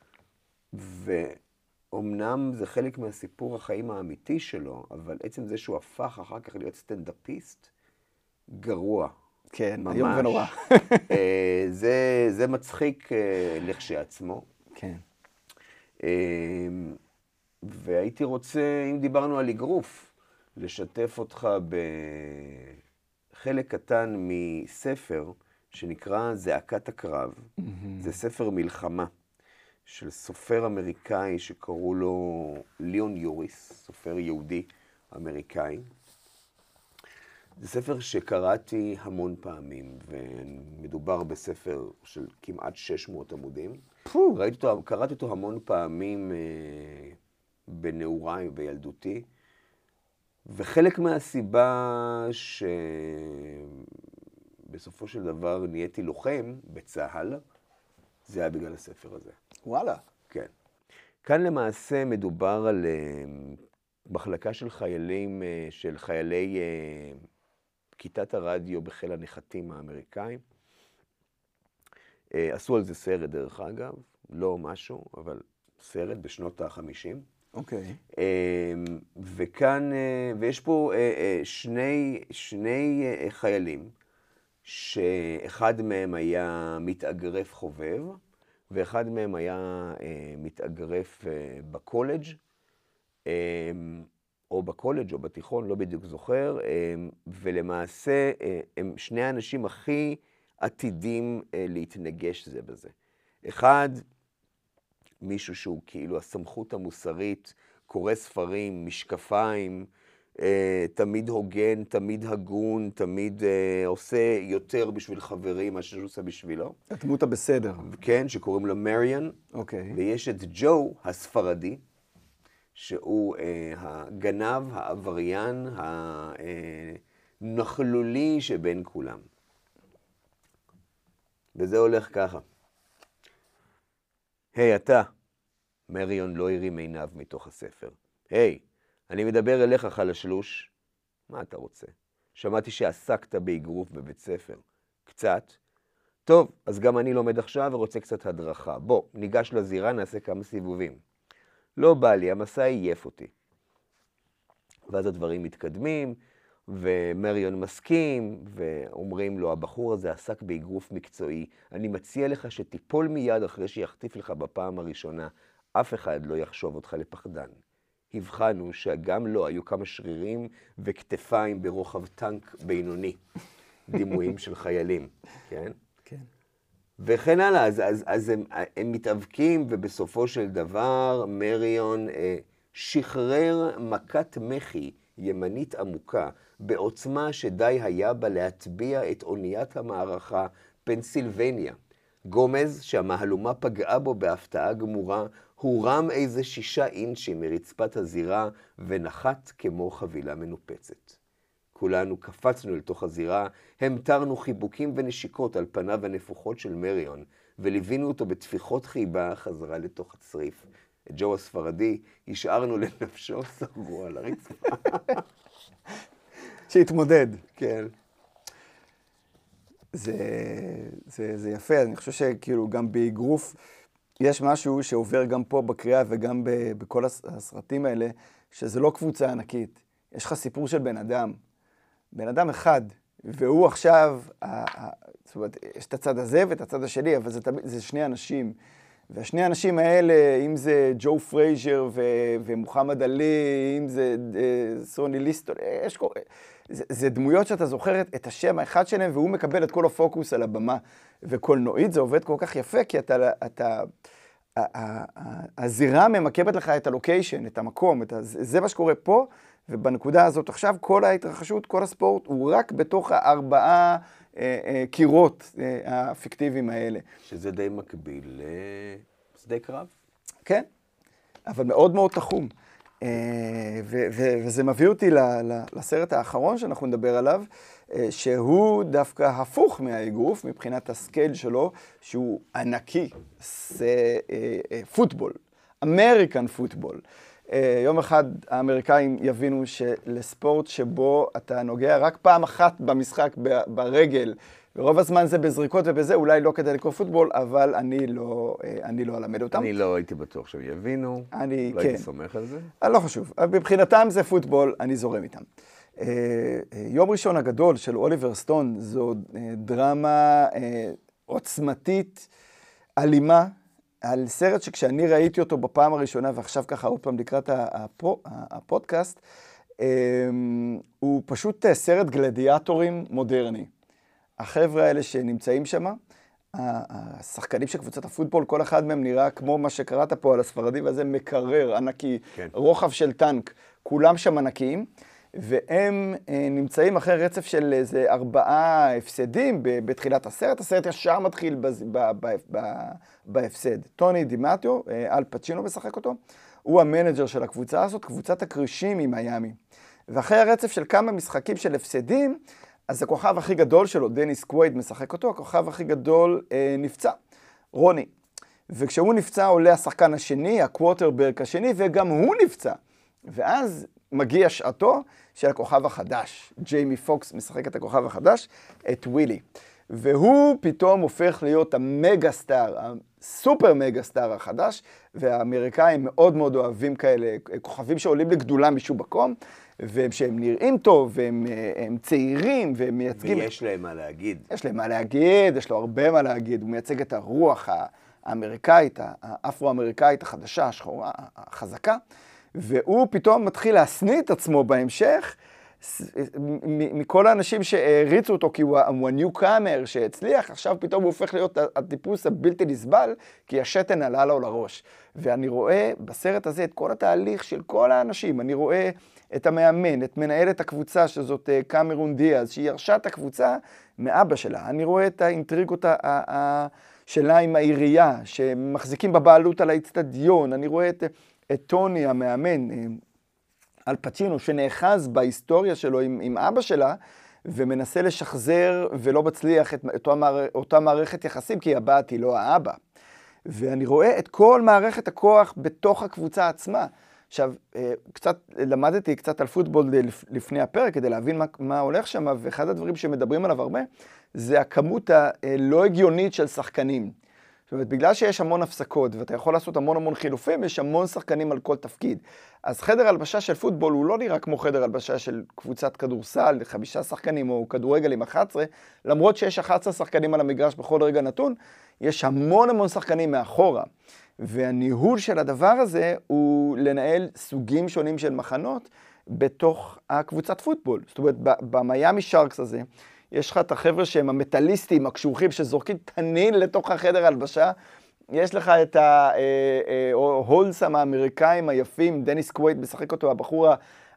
[SPEAKER 2] ואומנם זה חלק מהסיפור החיים האמיתי שלו, אבל עצם זה שהוא הפך אחר כך להיות סטנדאפיסט, גרוע.
[SPEAKER 1] כן,
[SPEAKER 2] ממש.
[SPEAKER 1] היום ונורא.
[SPEAKER 2] זה, זה מצחיק לכשעצמו.
[SPEAKER 1] כן.
[SPEAKER 2] והייתי רוצה, אם דיברנו על אגרוף, לשתף אותך בחלק קטן מספר שנקרא זעקת הקרב. Mm-hmm. זה ספר מלחמה של סופר אמריקאי שקראו לו ליאון יוריס, סופר יהודי אמריקאי. זה ספר שקראתי המון פעמים, ומדובר בספר של כמעט שש מאות עמודים. ראיתי אותו, קראתי אותו המון פעמים אה, בנעוריי ובילדותי, וחלק מהסיבה שבסופו של דבר נהייתי לוחם בצה"ל, זה היה בגלל הספר הזה.
[SPEAKER 1] וואלה.
[SPEAKER 2] כן. כאן למעשה מדובר על אה, מחלקה של חיילים, אה, של חיילי... אה, כיתת הרדיו בחיל הנחתים האמריקאים. עשו על זה סרט דרך אגב, לא משהו, אבל סרט בשנות ה-חמישים.
[SPEAKER 1] אוקיי.
[SPEAKER 2] וכאן, ויש פה שני, שני חיילים, שאחד מהם היה מתאגרף חובב, ואחד מהם היה מתאגרף בקולג', או בקולג' או בתיכון, לא בדיוק זוכר, ולמעשה הם שני האנשים הכי עתידים להתנגש זה בזה. אחד, מישהו שהוא כאילו הסמכות המוסרית, קורא ספרים, משקפיים, תמיד הוגן, תמיד הגון, תמיד עושה יותר בשביל חברים, מה שהוא עושה בשבילו.
[SPEAKER 1] הדמות הבסדר.
[SPEAKER 2] כן, שקוראים לו מריאן.
[SPEAKER 1] אוקיי.
[SPEAKER 2] ויש את ג'ו הספרדי, שהוא אה, הגנב, העבריין, הנכלולי שבין כולם. וזה הולך ככה. היי, hey, אתה. מריון לא הרים עיניו מתוך הספר. היי, hey, אני מדבר אליך חלשלוש. מה אתה רוצה? שמעתי שעסקת באגרוף בבית ספר. קצת. טוב, אז גם אני לומד עכשיו ורוצה קצת הדרכה. בוא, ניגש לזירה, נעשה כמה סיבובים. לא בא לי, המסע עייף אותי. ואז הדברים מתקדמים, ומריון מסכים, ואומרים לו, הבחור הזה עסק באגרוף מקצועי, אני מציע לך שתיפול מיד אחרי שיחטיף לך בפעם הראשונה, אף אחד לא יחשוב אותך לפחדן. הבחנו שגם לא היו כמה שרירים וכתפיים ברוחב טנק בינוני, דימויים של חיילים, כן?
[SPEAKER 1] כן.
[SPEAKER 2] וכן הלאה, אז, אז, אז הם, הם מתאבקים, ובסופו של דבר מריון אה, שחרר מכת מחי ימנית עמוקה, בעוצמה שדי היה בה להטביע את אוניית המערכה פנסילבניה. גומז, שהמהלומה פגעה בו בהפתעה גמורה, הורם איזה שישה אינצ'ים מרצפת הזירה ונחת כמו חבילה מנופצת. כולנו קפצנו לתוך הזירה, המטרנו חיבוקים ונשיקות על פניו הנפוחות של מריון, וליווינו אותו בתפיחות חיבה חזרה לתוך הצריף. את ג'ו הספרדי השארנו לנפשו סגרו על הרצפה.
[SPEAKER 1] שהתמודד.
[SPEAKER 2] כן.
[SPEAKER 1] זה, זה, זה יפה, אני חושב שכאילו גם באגרוף יש משהו שעובר גם פה בקריאה וגם בכל הסרטים האלה, שזה לא קבוצה ענקית. יש לך סיפור של בן אדם. בן אדם אחד, והוא עכשיו, זאת אומרת, יש את הצד הזה ואת הצד השני, אבל זה, זה שני אנשים. והשני האנשים האלה, אם זה ג'ו פרייזר ו- ומוחמד עלי, אם זה סוני ליסטון, יש, זה, זה דמויות שאתה זוכרת את השם האחד שלהם, והוא מקבל את כל הפוקוס על הבמה. וקולנועית זה עובד כל כך יפה, כי אתה, אתה, הזירה ממקבת לך את הלוקיישן, את המקום, את ה, זה מה שקורה פה, ובנקודה הזאת עכשיו כל ההתרחשות, כל הספורט, הוא רק בתוך הארבעה אה, אה, קירות אה, הפיקטיביים האלה.
[SPEAKER 2] שזה די מקביל לשדה קרב.
[SPEAKER 1] כן, אבל מאוד מאוד תחום. ו- ו- וזה מביא אותי לסרט האחרון שאנחנו נדבר עליו, שהוא דווקא הפוך מהאגרוף, מבחינת הסקייל שלו, שהוא ענקי, זה פוטבול, אמריקן פוטבול. יום אחד האמריקאים יבינו שלספורט שבו אתה נוגע רק פעם אחת במשחק ברגל, ורוב הזמן זה בזריקות ובזה, אולי לא כדי לקרוא פוטבול, אבל אני לא, אני לא אלמד אותם.
[SPEAKER 2] אני לא הייתי בטוח שהם יבינו,
[SPEAKER 1] אני,
[SPEAKER 2] לא
[SPEAKER 1] כן.
[SPEAKER 2] הייתי סומך על זה.
[SPEAKER 1] לא חשוב, מבחינתם זה פוטבול, אני זורם איתם. יום ראשון הגדול של אוליבר סטון זו דרמה עוצמתית, אלימה, על סרט שכשאני ראיתי אותו בפעם הראשונה, ועכשיו ככה עוד פעם לקראת הפודקאסט, הוא פשוט סרט גלדיאטורים מודרני. החבר'ה האלה שנמצאים שם, השחקנים של קבוצת הפוטבול, כל אחד מהם נראה כמו מה שקראת פה על הספרדי, וזה מקרר ענקי, כן. רוחב של טנק, כולם שם ענקיים, והם נמצאים אחרי רצף של איזה ארבעה הפסדים בתחילת הסרט. הסרט ישר מתחיל בהפסד. טוני דימטו, אל פצ'ינו משחק אותו, הוא המנג'ר של הקבוצה הזאת, קבוצת הקרישים ממיימי. ואחרי הרצף של כמה משחקים של הפסדים, אז הכוכב הכי גדול שלו, דניס קווייד משחק אותו, הכוכב הכי גדול אה, נפצע, רוני. וכשהוא נפצע עולה השחקן השני, הקווטרברק השני, וגם הוא נפצע. ואז מגיע שעתו של הכוכב החדש. ג'יימי פוקס משחק את הכוכב החדש, את ווילי. והוא פתאום הופך להיות המגה סטאר, הסופר מגה סטאר החדש, והאמריקאים מאוד מאוד אוהבים כאלה, כוכבים שעולים לגדולה משום מקום, ושהם נראים טוב, והם הם צעירים, והם מייצגים...
[SPEAKER 2] ויש להם מה להגיד.
[SPEAKER 1] יש להם מה להגיד, יש לו הרבה מה להגיד. הוא מייצג את הרוח האמריקאית, האפרו-אמריקאית החדשה, השחורה, החזקה, והוא פתאום מתחיל להסניא את עצמו בהמשך, מכל האנשים שהריצו אותו, כי הוא ה-newcomer שהצליח, עכשיו פתאום הוא הופך להיות הטיפוס הבלתי נסבל, כי השתן עלה לו לראש. ואני רואה בסרט הזה את כל התהליך של כל האנשים, אני רואה את המאמן, את מנהלת הקבוצה, שזאת קמרון דיאז, שהיא ירשה את הקבוצה מאבא שלה. אני רואה את האינטריגות שלה עם העירייה, שמחזיקים בבעלות על האצטדיון. אני רואה את, את טוני, המאמן, אל פצ'ינו, שנאחז בהיסטוריה שלו עם, עם אבא שלה, ומנסה לשחזר ולא מצליח את אותה, מערכ, אותה מערכת יחסים, כי הבת היא לא האבא. ואני רואה את כל מערכת הכוח בתוך הקבוצה עצמה. עכשיו, קצת, למדתי קצת על פוטבול לפני הפרק, כדי להבין מה, מה הולך שם, ואחד הדברים שמדברים עליו הרבה, זה הכמות הלא הגיונית של שחקנים. זאת אומרת, בגלל שיש המון הפסקות, ואתה יכול לעשות המון המון חילופים, יש המון שחקנים על כל תפקיד. אז חדר הלבשה של פוטבול הוא לא נראה כמו חדר הלבשה של קבוצת כדורסל, חמישה שחקנים או כדורגל עם אחת עשרה, למרות שיש אחת עשרה שחקנים על המגרש בכל רגע נתון, יש המון המון שחקנים מאחורה. והניהול של הדבר הזה הוא לנהל סוגים שונים של מחנות בתוך הקבוצת פוטבול. זאת אומרת, במיימי שרקס הזה, יש לך את החבר'ה שהם המטליסטים, הקשוחים, שזורקים תנין לתוך החדר הלבשה. יש לך את ההולסם האמריקאים היפים, דניס קווייד משחק אותו, הבחור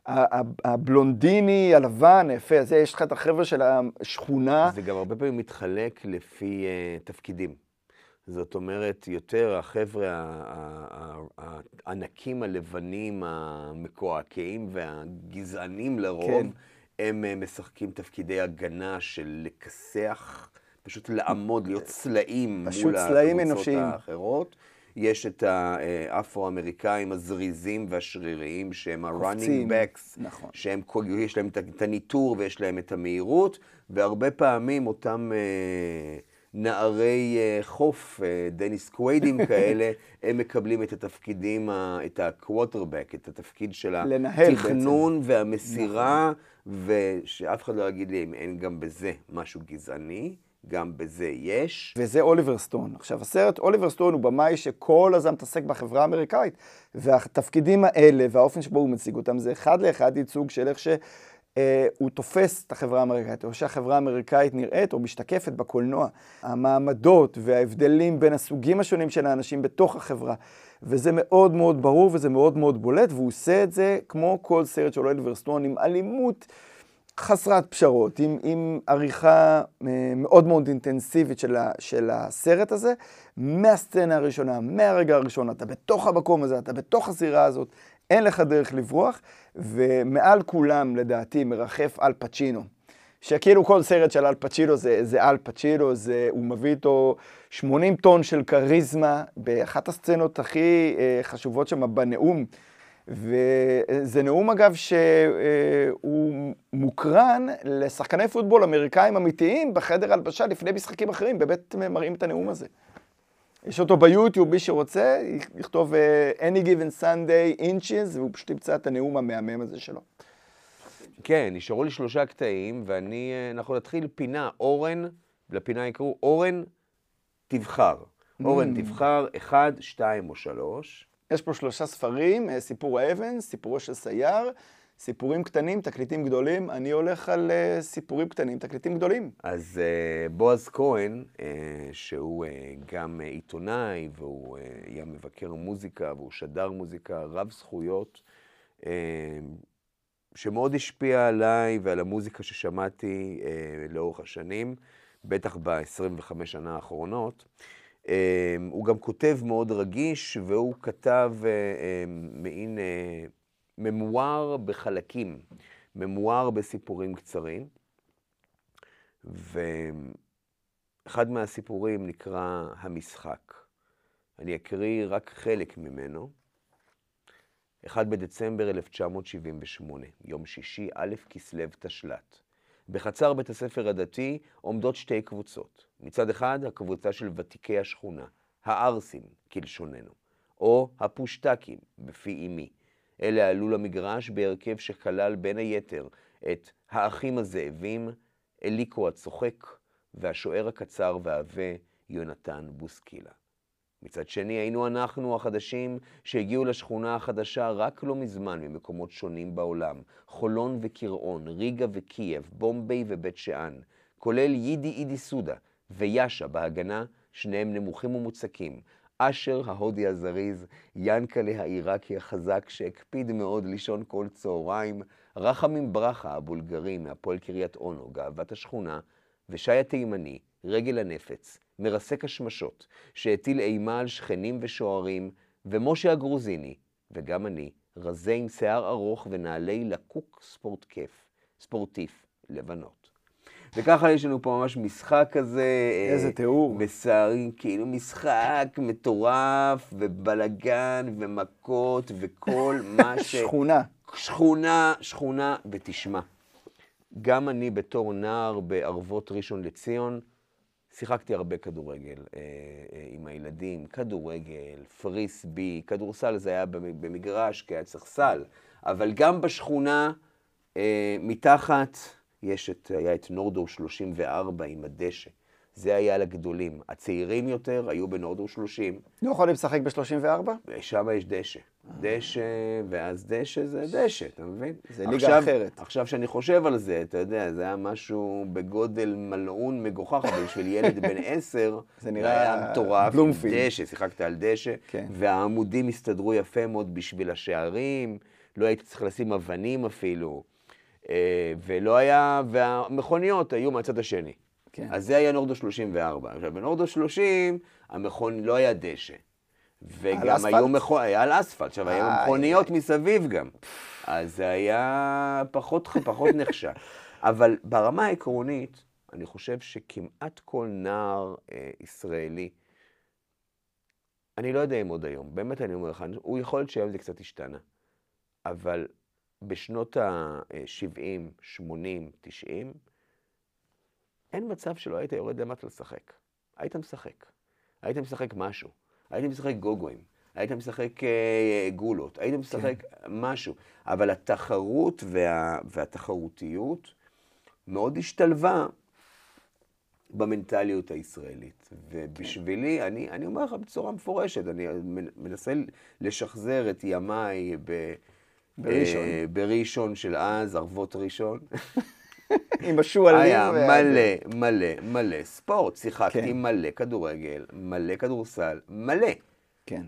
[SPEAKER 1] הבלונדיני, הלבן, היפה הזה, יש לך את החבר'ה של השכונה.
[SPEAKER 2] זה גם הרבה פעמים מתחלק לפי uh, תפקידים. זאת אומרת, יותר החבר'ה הענקים הלבנים, המקועקעים והגזענים לרוב, כן. הם משחקים תפקידי הגנה של לכסח, פשוט לעמוד, להיות צלעים מול הקבוצות האחרות. יש את האפרו-אמריקאים הזריזים והשריריים, שהם ה-running backs, נכון. שהם, יש להם את הניטור ויש להם את המהירות, והרבה פעמים אותם נערי חוף, דניס קוויידים כאלה, הם מקבלים את התפקידים, את ה-quarterback, את התפקיד של התכנון והמסירה, ושאף אחד לא יגיד לי אם אין גם בזה משהו גזעני, גם בזה יש.
[SPEAKER 1] וזה אוליבר סטון. עכשיו, הסרט אוליבר סטון הוא במאי שכל הזמן מתעסק בחברה האמריקאית, והתפקידים האלה והאופן שבו הוא מציג אותם, זה אחד לאחד ייצוג של איך שהוא תופס את החברה האמריקאית, או שהחברה האמריקאית נראית או משתקפת בקולנוע. המעמדות וההבדלים בין הסוגים השונים של האנשים בתוך החברה, וזה מאוד מאוד ברור וזה מאוד מאוד בולט, והוא עושה את זה כמו כל סרט של אוליבר סטון, עם אלימות חסרת פשרות, עם, עם עריכה מאוד מאוד אינטנסיבית של, ה, של הסרט הזה, מהסצנה הראשונה, מהרגע הראשון, אתה בתוך המקום הזה, אתה בתוך הזירה הזאת, אין לך דרך לברוח, ומעל כולם לדעתי מרחף אל פצ'ינו. שכאילו כל סרט של אל פצ'ינו זה, זה אל פצ'ינו, זה, הוא מביא איתו שמונים טון של קריזמה, באחת הסצנות הכי אה, חשובות שם בנאום, וזה נאום אגב שהוא מוקרן לשחקני פוטבול אמריקאים אמיתיים בחדר הלבשה לפני משחקים אחרים, באמת מראים את הנאום הזה. יש אותו ביוטיוב, מי שרוצה, יכתוב Any Given Sunday Inches, והוא פשוט ימצא את הנאום המהמם הזה שלו.
[SPEAKER 2] כן, נשארו לי שלושה קטעים, ואני, אנחנו נתחיל פינה, אורן, לפינה יקראו, אורן תבחר. אורן תבחר, אחד, שתיים או שלוש.
[SPEAKER 1] יש פה שלושה ספרים, סיפור האבן, סיפורו של סייר, סיפורים קטנים, תקליטים גדולים. אני הולך על uh, סיפורים קטנים, תקליטים גדולים.
[SPEAKER 2] אז uh, בועז כהן, uh, שהוא uh, גם uh, עיתונאי, והוא uh, היה מבקר מוזיקה, והוא שדר מוזיקה רב זכויות, uh, שמאוד השפיע עליי ועל המוזיקה ששמעתי uh, לאורך השנים, בטח ב-עשרים וחמש שנה האחרונות. Uh, הוא גם כותב מאוד רגיש, והוא כתב uh, uh, מעין uh, ממואר בחלקים, ממואר בסיפורים קצרים, ואחד מהסיפורים נקרא המשחק. אני אקריא רק חלק ממנו. אחד בדצמבר אלף תשע מאות שבעים ושמונה, יום שישי, א' כסלו תשל"ט. בחצר בית הספר הדתי עומדות שתי קבוצות. מצד אחד, הקבוצה של ותיקי השכונה, הערסים, כלשוננו, או הפושטקים, בפי אמי. אלה עלו למגרש בהרכב שכלל בין היתר את האחים הזאבים, אליקו הצוחק, והשוער הקצר והעבה יונתן בוסקילה. מצד שני, היינו אנחנו החדשים שהגיעו לשכונה החדשה רק לא מזמן ממקומות שונים בעולם, חולון וקיראון, ריגה וקייב, בומביי ובית שאן, כולל יידי אידי סודה ויאשה בהגנה, שניהם נמוכים ומוצקים, אשר ההודי הזריז, ינקלה העיראקי החזק שהקפיד מאוד לישון כל צהריים, רחמים ברכה הבולגרי מהפועל קריית אונו, גאוות השכונה, ושי התימני, רגל הנפץ, מרסק השמשות, שהטיל אימה על שכנים ושוערים, ומשה הגרוזיני, וגם אני, רזה עם שיער ארוך ונעלי לקוק ספורט כיף, ספורטיף לבנות. וככה יש לנו פה ממש משחק כזה.
[SPEAKER 1] איזה תיאור.
[SPEAKER 2] מסערים, כאילו משחק מטורף ובלגן ומכות וכל מה ש...
[SPEAKER 1] שכונה.
[SPEAKER 2] שכונה, שכונה, ותשמע. גם אני בתור נער בערבות ראשון לציון, שיחקתי הרבה כדורגל אה, אה, עם הילדים, כדורגל, פריסבי, כדורסל זה היה במגרש, כי היה צריך סל, אבל גם בשכונה אה, מתחת יש את, היה את נורדור שלושים וארבע עם הדשא. זה היה לגדולים. הצעירים יותר היו בנורדור שלושים.
[SPEAKER 1] לא יכולים לשחק ב-שלושים וארבע?
[SPEAKER 2] שם יש דשא. דשא, ואז דשא זה דשא, אתה מבין?
[SPEAKER 1] זה ליגה אחרת.
[SPEAKER 2] עכשיו שאני חושב על זה, אתה יודע, זה היה משהו בגודל מלאון מגוחך, אבל בשביל ילד בן עשר,
[SPEAKER 1] זה נראה
[SPEAKER 2] מטורף.
[SPEAKER 1] בלומפילד.
[SPEAKER 2] דשא, שיחקת על דשא,
[SPEAKER 1] כן.
[SPEAKER 2] והעמודים הסתדרו יפה מאוד בשביל השערים, לא היית צריך לשים אבנים אפילו, ולא היה, והמכוניות היו מהצד השני.
[SPEAKER 1] כן.
[SPEAKER 2] אז זה היה נורדו שלושים וארבע. עכשיו, בנורדו שלושים, המכון לא היה דשא. וגם היו מכון... היה על אספלט. עכשיו, היו מכוניות מסביב גם. אז זה היה פחות, פחות נחשב. אבל ברמה העקרונית, אני חושב שכמעט כל נער אה, ישראלי, אני לא יודע אם עוד היום, באמת אני אומר לך, הוא יכול להיות שהיום זה קצת השתנה. אבל בשנות ה-שבעים, שמונים, תשעים, אין מצב שלא היית יורד למטה לשחק. היית משחק. היית משחק משהו. היית משחק גוגויים. היית משחק אה, גולות. היית משחק כן. משהו. אבל התחרות וה, והתחרותיות מאוד השתלבה במנטליות הישראלית. ובשבילי, אני, אני אומר לך בצורה מפורשת, אני מנסה לשחזר את ימיי ב,
[SPEAKER 1] בראשון.
[SPEAKER 2] אה, בראשון של אז, ערבות ראשון.
[SPEAKER 1] עם השועלים.
[SPEAKER 2] היה מלא, מלא, מלא ספורט. שיחקתי מלא כדורגל, מלא כדורסל, מלא.
[SPEAKER 1] כן.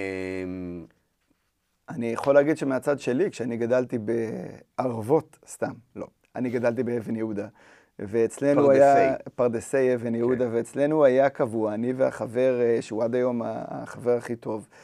[SPEAKER 1] אני יכול להגיד שמהצד שלי, כשאני גדלתי בערבות, סתם, לא. אני גדלתי באבן יהודה, ואצלנו היה פרדסי אבן יהודה, ואצלנו היה קבוע, אני והחבר, שהוא עד היום החבר הכי טוב,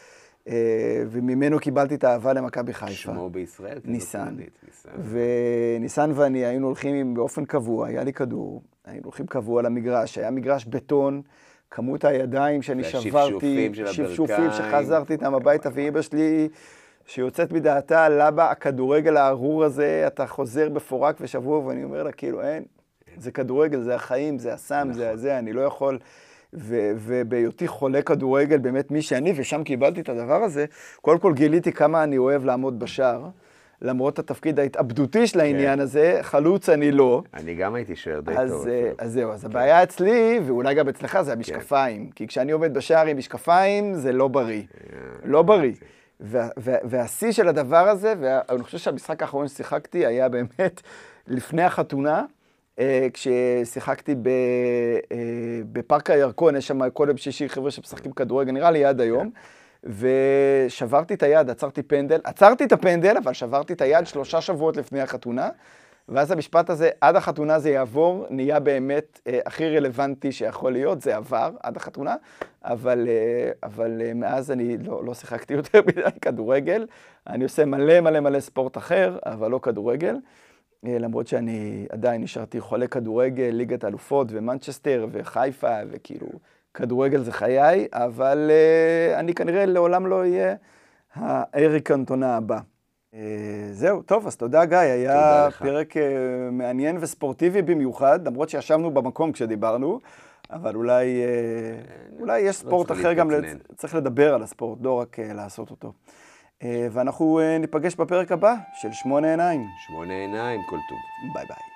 [SPEAKER 1] וממנו קיבלתי את האהבה למכבי חיפה.
[SPEAKER 2] שמו בישראל?
[SPEAKER 1] ניסן. וניסן ואני היינו הולכים באופן קבוע, היה לי כדור, היינו הולכים קבוע למגרש, היה מגרש בטון, כמות הידיים שאני שברתי, שפשופים שחזרתי איתם הביתה, ואמא שלי שיוצאת מדעתה, למה הכדורגל הארור הזה, אתה חוזר בפורק ושבוע, ואני אומר לה, כאילו, אין, זה כדורגל, זה החיים, זה הסם, זה זה, אני לא יכול... ובהיותי חולה כדורגל, באמת מי שאני, ושם קיבלתי את הדבר הזה, קודם כל גיליתי כמה אני אוהב לעמוד בשער, למרות התפקיד ההתאבדותי של העניין הזה, חלוץ אני לא.
[SPEAKER 2] אני גם הייתי שוער די טוב.
[SPEAKER 1] אז זהו, אז הבעיה אצלי, ואולי גם אצלך, זה המשקפיים. כי כשאני עומד בשער עם משקפיים, זה לא בריא. לא בריא. והשיא של הדבר הזה, ואני חושב שהמשחק האחרון ששיחקתי היה באמת לפני החתונה, כששיחקתי בפארק הירקון, יש שם כל יום שישי חבר'ה שמשחקים כדורגל, נראה לי עד היום, ושברתי את היד, עצרתי פנדל, עצרתי את הפנדל, אבל שברתי את היד שלושה שבועות לפני החתונה, ואז המשפט הזה, עד החתונה זה יעבור, נהיה באמת הכי רלוונטי שיכול להיות, זה עבר עד החתונה, אבל, אבל מאז אני לא, לא שיחקתי יותר מדי כדורגל, אני עושה מלא מלא מלא ספורט אחר, אבל לא כדורגל, למרות שאני עדיין נשארתי חולה כדורגל, ליגת אלופות ומנצ'סטר וחיפה, וכאילו כדורגל זה חיי, אבל uh, אני כנראה לעולם לא אהיה האריק קנטונה הבא. Uh, זהו, טוב, אז תודה גיא, היה פרק uh, מעניין וספורטיבי במיוחד, למרות שישבנו במקום כשדיברנו, אבל אולי, uh, אולי יש ספורט אחר גם, לצ... צריך לדבר על הספורט, לא רק uh, לעשות אותו. ואנחנו ניפגש בפרק הבא של שמונה עיניים.
[SPEAKER 2] שמונה עיניים, כל טוב.
[SPEAKER 1] ביי ביי.